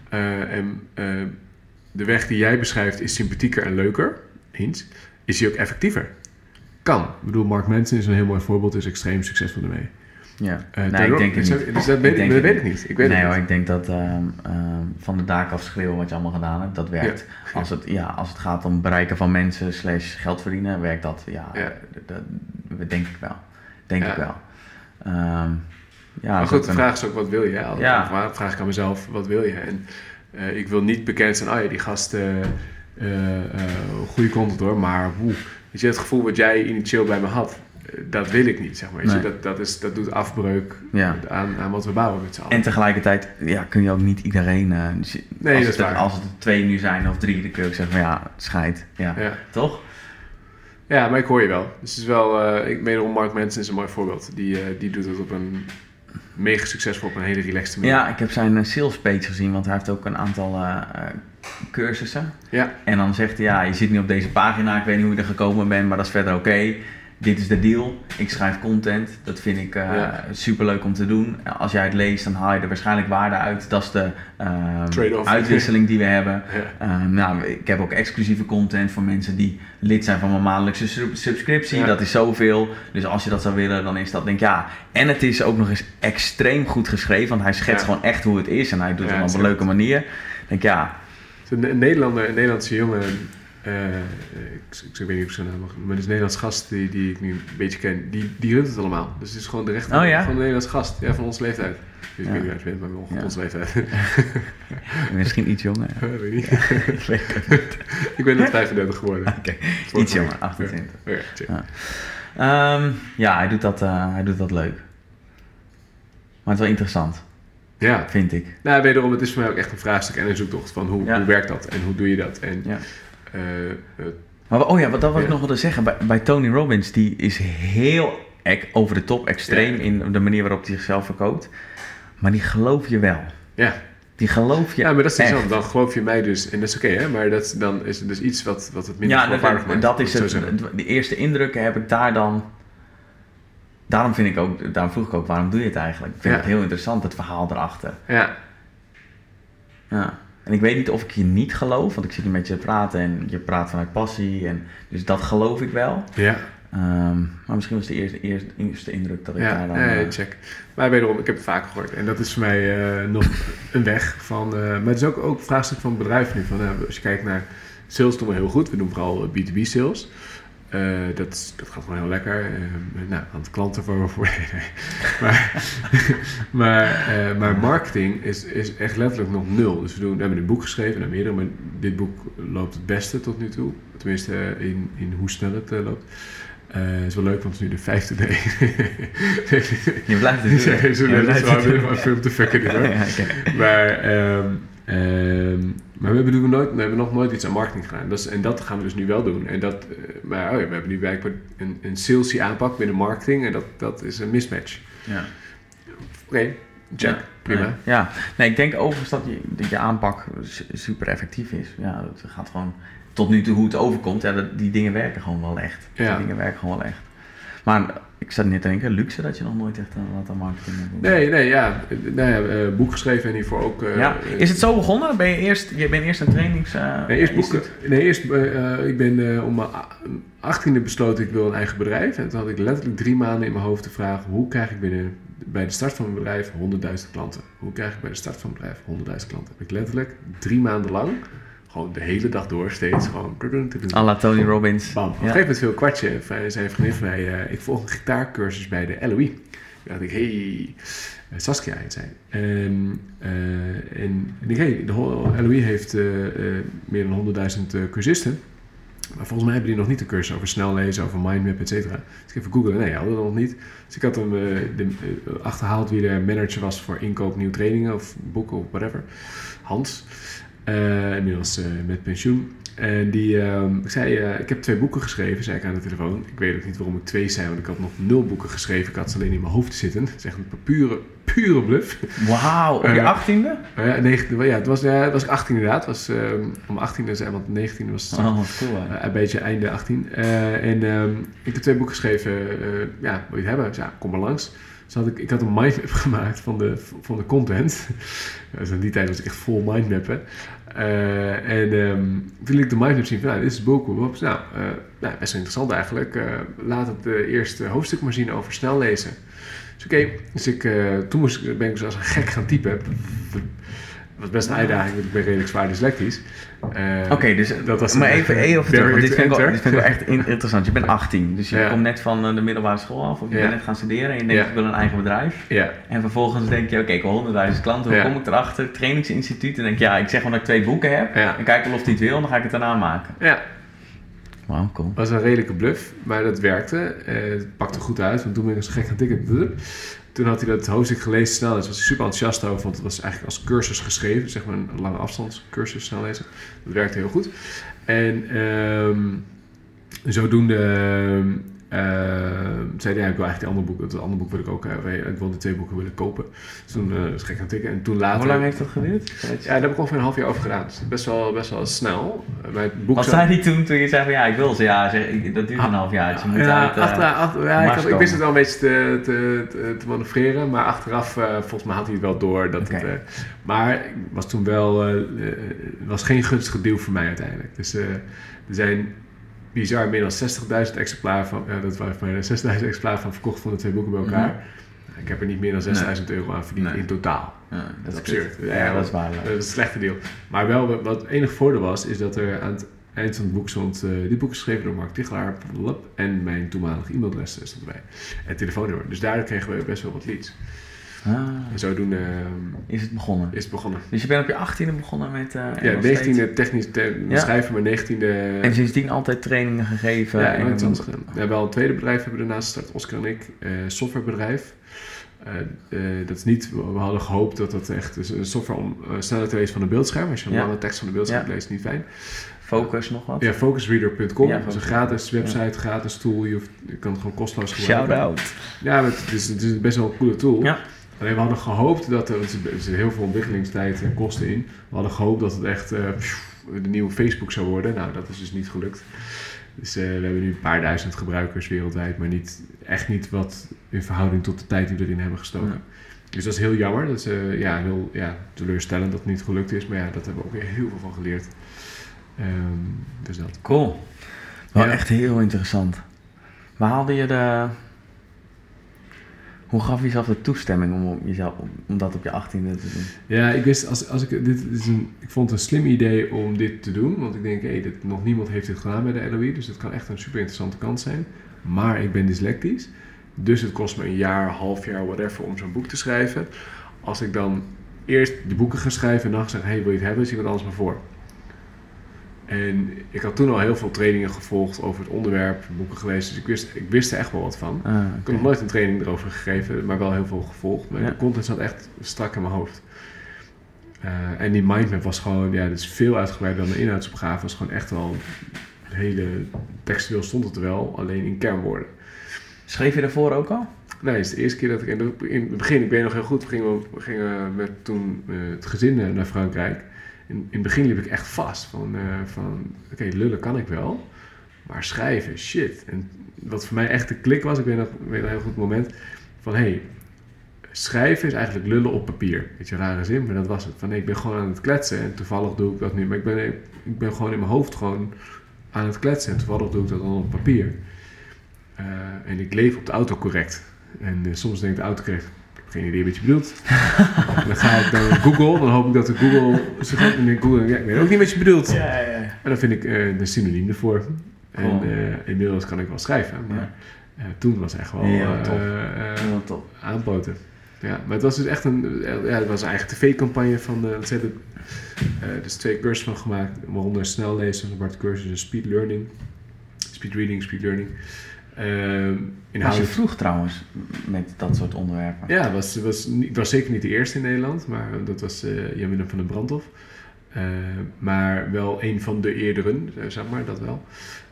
De weg die jij beschrijft is sympathieker en leuker. Eens. Is die ook effectiever? Kan. Ik bedoel, Mark Manson is een heel mooi voorbeeld, is extreem succesvol ermee. Ja, ik denk het niet. Dus dat weet ik niet. Ik denk dat van de daken af schreeuwen wat je allemaal gedaan hebt, dat werkt. Ja. Als het gaat om bereiken van mensen / geld verdienen, werkt dat. Dat denk ik wel. Maar goed, de vraag is ook, wat wil je? Dan vraag ik aan mezelf, wat wil je? En ik wil niet bekend zijn, die gast, goede content hoor, maar weet je, het gevoel wat jij initieel bij me had, dat wil ik niet, zeg maar. Nee. Dat doet afbreuk aan wat we bouwen met z'n allen. En tegelijkertijd kun je ook niet iedereen... als het 2 nu zijn of 3, dan kun je ook zeggen van scheid. Ja. Toch? Ja, maar ik hoor je wel. Dus het is wel... wederom Mark Manson is een mooi voorbeeld. Die doet het op een mega succesvol, op een hele relaxed manier. Ja, ik heb zijn sales page gezien, want hij heeft ook een aantal cursussen. Ja. En dan zegt hij, je zit nu op deze pagina, ik weet niet hoe je er gekomen bent, maar dat is verder oké. Dit is de deal. Ik schrijf content. Dat vind ik superleuk om te doen. Als jij het leest, dan haal je er waarschijnlijk waarde uit. Dat is de uitwisseling die we hebben. Ja. Ik heb ook exclusieve content voor mensen die lid zijn van mijn maandelijkse subscriptie. Ja. Dat is zoveel. Dus als je dat zou willen, dan is dat denk ik En het is ook nog eens extreem goed geschreven. Want hij schetst gewoon echt hoe het is. En hij doet het op een leuke manier. Denk Een Nederlandse jongen... ik weet niet of ik zijn naam mag noemen, maar het is een Nederlands gast die ik nu een beetje ken, die runt het allemaal. Dus het is gewoon de rechter van een Nederlands gast, van onze leeftijd. Dus ik weet niet waar het bent, maar onze leeftijd. Misschien iets jonger. Weet niet. Ik ben net 35 geworden. Okay. Iets jonger, 28. Hij doet dat leuk. Maar het is wel interessant. Ja. Vind ik. Nou, wederom, het is voor mij ook echt een vraagstuk en een zoektocht van hoe werkt dat en hoe doe je dat. En, wat ik nog wilde zeggen, bij Tony Robbins, die is heel over de top, extreem in de manier waarop hij zichzelf verkoopt. Maar die geloof je wel. Ja. Die geloof je. Ja, maar dat is interessant. Dan geloof je mij dus, en dat is oké, hè? Maar dan is het dus iets wat het minder geloofwaardig maakt. Dat is het. De eerste indrukken heb ik daar dan. Daarom vroeg ik ook, waarom doe je het eigenlijk? Ik vind het heel interessant, het verhaal erachter. Ja. En ik weet niet of ik je niet geloof, want ik zit hier met je te praten en je praat vanuit passie. Dus dat geloof ik wel. Ja. Maar misschien was de eerste indruk dat ik daar dan... check. Maar wederom, ik heb het vaker gehoord. En dat is voor mij nog een weg van... maar het is ook een vraagstuk van het bedrijf nu. Als je kijkt naar sales, doen we heel goed. We doen vooral B2B sales. Dat gaat gewoon heel lekker. Aan de klanten voor. Maar marketing is echt letterlijk nog 0. Dus we hebben een boek geschreven, en meerdere, maar dit boek loopt het beste tot nu toe. Tenminste, in hoe snel het loopt. Het is wel leuk, want het is nu de 5e day. Je blijft het doen. Dat is wel film te fucken dit, hoor. Maar we hebben nog nooit iets aan marketing gedaan. En dat gaan we dus nu wel doen. En we hebben nu blijkbaar een salesy aanpak binnen marketing. En dat is een mismatch. Ja. Oké, check. Prima. Ja. Nee, ik denk overigens dat je aanpak super effectief is. Ja, het gaat gewoon tot nu toe hoe het overkomt. Ja, die dingen werken gewoon wel echt. Ja. Die dingen werken gewoon wel echt. Maar ik zat net te denken, luxe dat je nog nooit echt wat aan marketing hebt. Boek geschreven en hiervoor ook... Is het zo begonnen? Je bent eerst een trainings... ik ben om mijn 18e besloten ik wil een eigen bedrijf. En toen had ik letterlijk 3 maanden in mijn hoofd de vraag, hoe krijg ik bij de start van mijn bedrijf 100.000 klanten? Hoe krijg ik bij de start van mijn bedrijf 100.000 klanten? Heb ik letterlijk 3 maanden lang, gewoon de hele dag door, steeds gewoon... à la Tony Robbins. Bam. Op een gegeven moment viel een kwartje. Zei een vriendin van mij, ik volg een gitaarcursus bij de LOE. Toen dacht ik, Saskia heet zij. En ik denk, de LOE heeft meer dan 100.000 cursisten. Maar volgens mij hebben die nog niet de cursus over snel lezen, over mindmap, et cetera. Dus ik even googlen. Nee, hadden we nog niet. Dus ik had hem achterhaald wie de manager was voor inkoop, nieuwe trainingen of boeken of whatever. Hans. Inmiddels met pensioen. En ik zei, ik heb 2 boeken geschreven, zei ik aan de telefoon. Ik weet ook niet waarom ik 2 zei, want ik had nog 0 boeken geschreven. Ik had ze alleen in mijn hoofd zitten. Dat is echt een pure bluff. Wauw, op je 18e? Het was ik 18 inderdaad. Het was om 18e zijn, want 19e was het cool, een beetje einde 18. Ik heb 2 boeken geschreven. Wil je het hebben? Dus kom maar langs. Dus ik had een mindmap gemaakt van de content. Dus in die tijd was ik echt vol mindmappen. Toen liet ik de mindmap zien van, dit is het boek. Best wel interessant eigenlijk. Laat het eerste hoofdstuk maar zien over snel lezen. Dus oké. Dus toen ben ik dus als een gek gaan typen. Dat was best een uitdaging, want ik ben redelijk zwaar dyslectisch. Dus dat was maar even of terug, want dit vind ik wel echt interessant. Je bent 18, dus je komt net van de middelbare school af, of je bent net gaan studeren en je denkt, ik wil een eigen bedrijf. Ja. En vervolgens denk je, ik wil 100.000 klanten, hoe kom ik erachter? Trainingsinstituut, en denk je, ik zeg gewoon dat ik 2 boeken heb, en kijk wel of hij het wil, en dan ga ik het daarna maken. Ja. Wauw, cool. Dat was een redelijke bluff, maar dat werkte. Het pakte goed uit, want toen ben ik als gek gaan tikken. Toen had hij dat hoofdstuk gelezen snel. Dus was hij super enthousiast over, want het was eigenlijk als cursus geschreven. Zeg maar een lange afstandscursus snel lezen. Dat werkte heel goed. En zodoende zei hij, ik wil eigenlijk die andere boek. Het andere boek wil ik ook hebben. Ik wil de 2 boeken willen kopen. Dus toen was ik gek gaan tikken. En toen later... Hoe lang heeft dat geduurd? Ja, daar heb ik ongeveer een half jaar over gedaan. Dus best wel snel. Wat zei hij toen je zei van ik wil ze? Dat duurt een half jaar. Dus je moet ik wist het wel een beetje te manoeuvreren. Maar achteraf, volgens mij had hij het wel door. Maar het was toen wel... het was geen gunstige deal voor mij uiteindelijk. Dus er zijn... bizar, meer dan 60.000 exemplaren van... dat waren voor mij 6.000 exemplaren van verkocht van de 2 boeken bij elkaar. Mm-hmm. Ik heb er niet meer dan 6.000 euro aan verdiend in totaal. Ja, dat is absurd. Ja, dat is waar. Dat is een slechte deal. Maar wel, wat het enige voordeel was, is dat er aan het eind van het boek stond... dit boek is geschreven door Mark Tichelaar en mijn toenmalige e-mailadres stond erbij. En telefoonnummer. Dus daardoor kregen we best wel wat leads. En zodoende is het begonnen. Dus je bent op je 18e begonnen met... 19e technisch schrijven, maar 19e... En sindsdien altijd trainingen gegeven? Ja, en we hebben wel een tweede bedrijf hebben we daarnaast gestart, Oscar en ik. Softwarebedrijf. Dat is niet... We hadden gehoopt dat dat echt... Dus een software om sneller te lezen van een beeldscherm. Als je een lange tekst van een beeldscherm leest, niet fijn. Focus nog wat? Ja, focusreader.com. Dat is een gratis website, gratis tool. Je kan het gewoon kosteloos gebruiken. Shout-out. Ja, het is best wel een coole tool. Ja. Alleen we hadden gehoopt dat er zit heel veel ontwikkelingstijd en kosten in. We hadden gehoopt dat het echt de nieuwe Facebook zou worden. Nou, dat is dus niet gelukt. Dus we hebben nu een paar duizend gebruikers wereldwijd, maar echt niet wat in verhouding tot de tijd die we erin hebben gestoken. Ja. Dus dat is heel jammer. Dat is heel teleurstellend dat het niet gelukt is. Maar dat hebben we ook weer heel veel van geleerd. Dus dat. Cool. Wel echt heel interessant. Waar haalde je Hoe gaf je jezelf de toestemming om dat op je 18e te doen? Ja, ik wist, ik vond het een slim idee om dit te doen. Want ik denk, nog niemand heeft dit gedaan bij de LOE. Dus het kan echt een super interessante kans zijn. Maar ik ben dyslectisch. Dus het kost me een jaar, half jaar, whatever, om zo'n boek te schrijven. Als ik dan eerst de boeken ga schrijven en dan zeg, wil je het hebben? Zie ik wat anders maar voor. En ik had toen al heel veel trainingen gevolgd over het onderwerp, boeken gelezen, dus ik wist er echt wel wat van. Okay. Ik heb nog nooit een training erover gegeven, maar wel heel veel gevolgd. Maar de content zat echt strak in mijn hoofd. En die mindmap was gewoon, dus veel uitgebreider dan de inhoudsopgave. Was gewoon echt wel, het hele textueel stond het er wel, alleen in kernwoorden. Schreef je daarvoor ook al? Nee, het is de eerste keer dat ik in het begin, ik weet nog heel goed, we gingen met toen het gezin naar Frankrijk. In het begin liep ik echt vast van oké, lullen kan ik wel. Maar schrijven, shit. En wat voor mij echt de klik was, ik weet nog een heel goed moment, van schrijven is eigenlijk lullen op papier. Beetje een rare zin, maar dat was het. Van ik ben gewoon aan het kletsen en toevallig doe ik dat nu. Maar ik ben gewoon in mijn hoofd gewoon aan het kletsen en toevallig doe ik dat dan op papier. En ik leef op de autocorrect. En soms denkt de autocorrect, ik heb geen idee wat je bedoelt. Dan ga ik dan Google, dan hoop ik dat de Google zegt, en Google, ik weet ook niet wat je bedoelt. Ja. En dan vind ik een synoniem ervoor. Cool. En inmiddels kan ik wel schrijven, maar toen was het echt wel heel tof. aanpoten. Ja, maar het was dus echt het was een eigen tv-campagne van, dus 2 cursussen van gemaakt, waaronder snel lezen, een aparte cursus, en speed learning, speed reading, speed learning. Was je vroeg trouwens met dat soort onderwerpen? Ja, ik was zeker niet de eerste in Nederland, maar dat was Jan Willem van den Brandhof. Maar wel een van de eerderen, zeg maar, dat wel.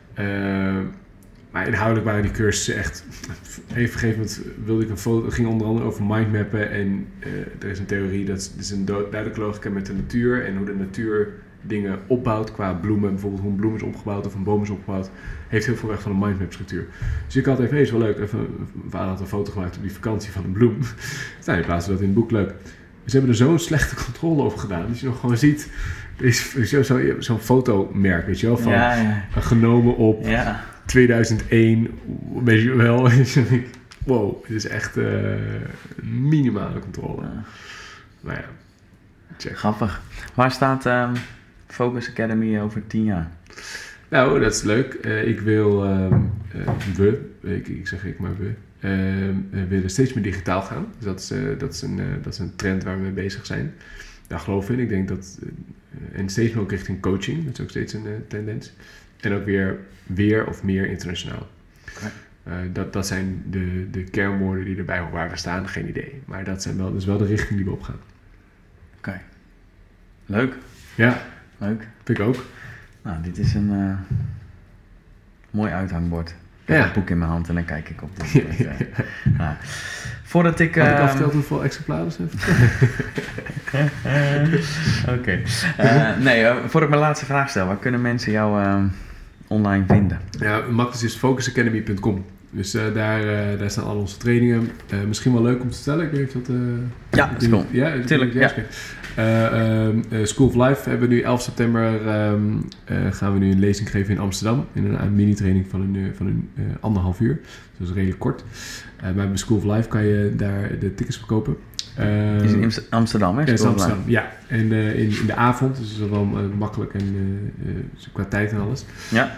Maar inhoudelijk waren die cursussen echt... Op een gegeven moment wilde ik een foto... Het ging onder andere over mindmappen en er is een theorie, dat is een duidelijke logica met de natuur en hoe de natuur dingen opbouwt qua bloemen. Bijvoorbeeld hoe een bloem is opgebouwd of een boom is opgebouwd. Heeft heel veel weg van een mindmap structuur. Dus ik had even, is wel leuk, vader had een foto gemaakt op die vakantie van een bloem. Nou, die plaatsen dat in het boek, leuk. Ze hebben er zo'n slechte controle over gedaan, dat je nog gewoon ziet... Zo'n fotomerk, weet je wel, van genomen op 2001, weet je wel. Wow, het is echt minimale controle. Maar ja, check. Grappig. Waar staat Focus Academy over 10 jaar? Nou, dat is leuk. Ik wil, ik zeg ik maar we willen steeds meer digitaal gaan. Dus dat is een trend waar we mee bezig zijn. Daar geloof ik in. Ik denk dat... en steeds meer ook richting coaching. Dat is ook steeds een tendens. En ook weer of meer internationaal. Okay. Dat zijn de kernwoorden die erbij horen. Waar we staan, geen idee. Maar dat is wel de richting die we opgaan. Oké. Leuk. Ja. Leuk. Vind ik ook. Nou, dit is een mooi uithangbord. Ik heb een boek in mijn hand en dan kijk ik op dit. Voordat ik... Had ik al verteld hoeveel exemplaren heeft? Oké. Voordat ik mijn laatste vraag stel, waar kunnen mensen jou online vinden? Ja, het makkelijkste is focusacademy.com. Dus daar staan al onze trainingen. Misschien wel leuk om te vertellen. Ik weet niet of dat... ja, dat is cool. Ja, tuurlijk. Ja. School of Life hebben we nu 11 september gaan we nu een lezing geven in Amsterdam. In een mini-training van een 1,5 uur. Dus dat is redelijk kort. Maar bij School of Life kan je daar de tickets verkopen. Is in Amsterdam, hè? Ja, in Amsterdam, ja. En in de avond, dus dat is wel makkelijk en qua tijd en alles. Ja.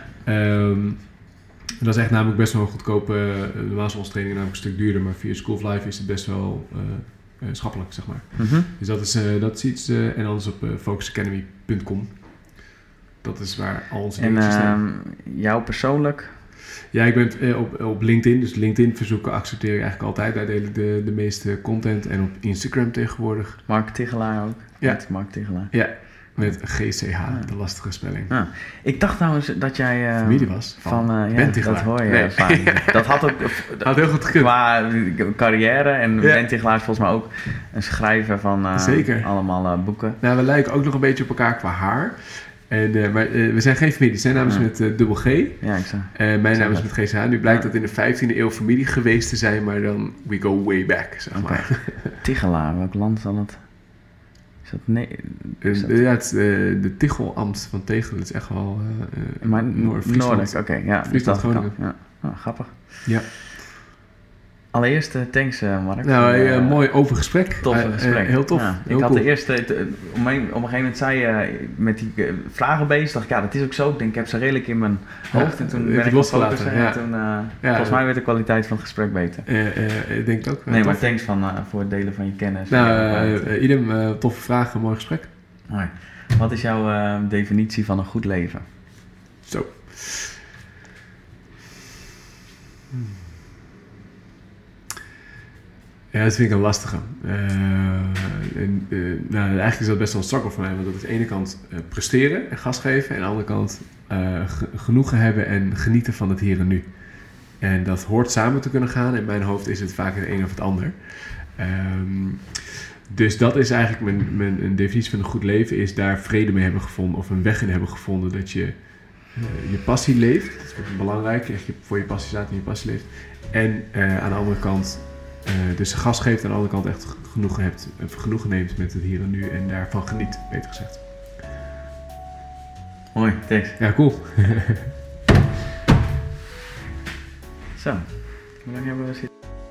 Dat is echt namelijk best wel een goedkope, normaal is onze training namelijk een stuk duurder, maar via School of Life is het best wel schappelijk, zeg maar. Mm-hmm. Dus dat is iets, en anders op focusacademy.com. Dat is waar al onze dingen staan. Jou persoonlijk? Ja, ik ben op LinkedIn, dus LinkedIn verzoeken accepteer ik eigenlijk altijd. Daar deel ik de meeste content en op Instagram tegenwoordig. Mark Tigelaar ook? Ja. Met Mark Tigelaar. Ja, met GCH, de lastige spelling. Ik dacht trouwens dat jij... familie was van Ben Tigelaar. Dat hoor je vaak. Dat had ook... had heel goed gekund. Qua carrière en Ben Tigelaar is volgens mij ook een schrijver van allemaal boeken. Nou, we lijken ook nog een beetje op elkaar qua haar. Maar we zijn geen familie. Zijn naam is met dubbel G. Ja, ik zag. Mijn naam is met GCH. Nu blijkt dat in de 15e eeuw familie geweest te zijn, maar dan we go way back, zeg maar. Tigelaar, welk land zal het? Is dat Ja, het is de Tichelambt van Tegelen. Het is echt wel Noordelijk, oké. Ja, Friesland, Groningen. Ja. Grappig. Ja. Allereerst, thanks Mark. Nou, mooi open gesprek. Toffe gesprek. Heel tof. Ja, heel ik had cool. de eerste, op een gegeven moment zei je met die vragen bezig, dacht ik, ja, dat is ook zo. Ik denk, ik heb ze redelijk in mijn hoofd en toen ben ik losgelaten. En toen, volgens mij werd de kwaliteit van het gesprek beter. Ik denk het ook. Nee, maar thanks voor het delen van je kennis. Nou, idem, toffe vragen, mooi gesprek. Hoi. Wat is jouw definitie van een goed leven? Zo. Ja, dat vind ik een lastige. Eigenlijk is dat best wel een struggle voor mij. Want dat is aan de ene kant presteren en gas geven. En aan de andere kant genoegen hebben en genieten van het hier en nu. En dat hoort samen te kunnen gaan. In mijn hoofd is het vaak het een of het ander. Dus dat is eigenlijk mijn definitie van een goed leven. Is daar vrede mee hebben gevonden. Of een weg in hebben gevonden dat je je passie leeft. Dat is belangrijk. Echt voor je passie staat en je passie leeft. En aan de andere kant dus gas geeft. En aan de andere kant echt genoegen neemt met het hier en nu. En daarvan geniet, beter gezegd. Mooi, thanks. Ja, cool. Zo, hoe lang hebben we zitten?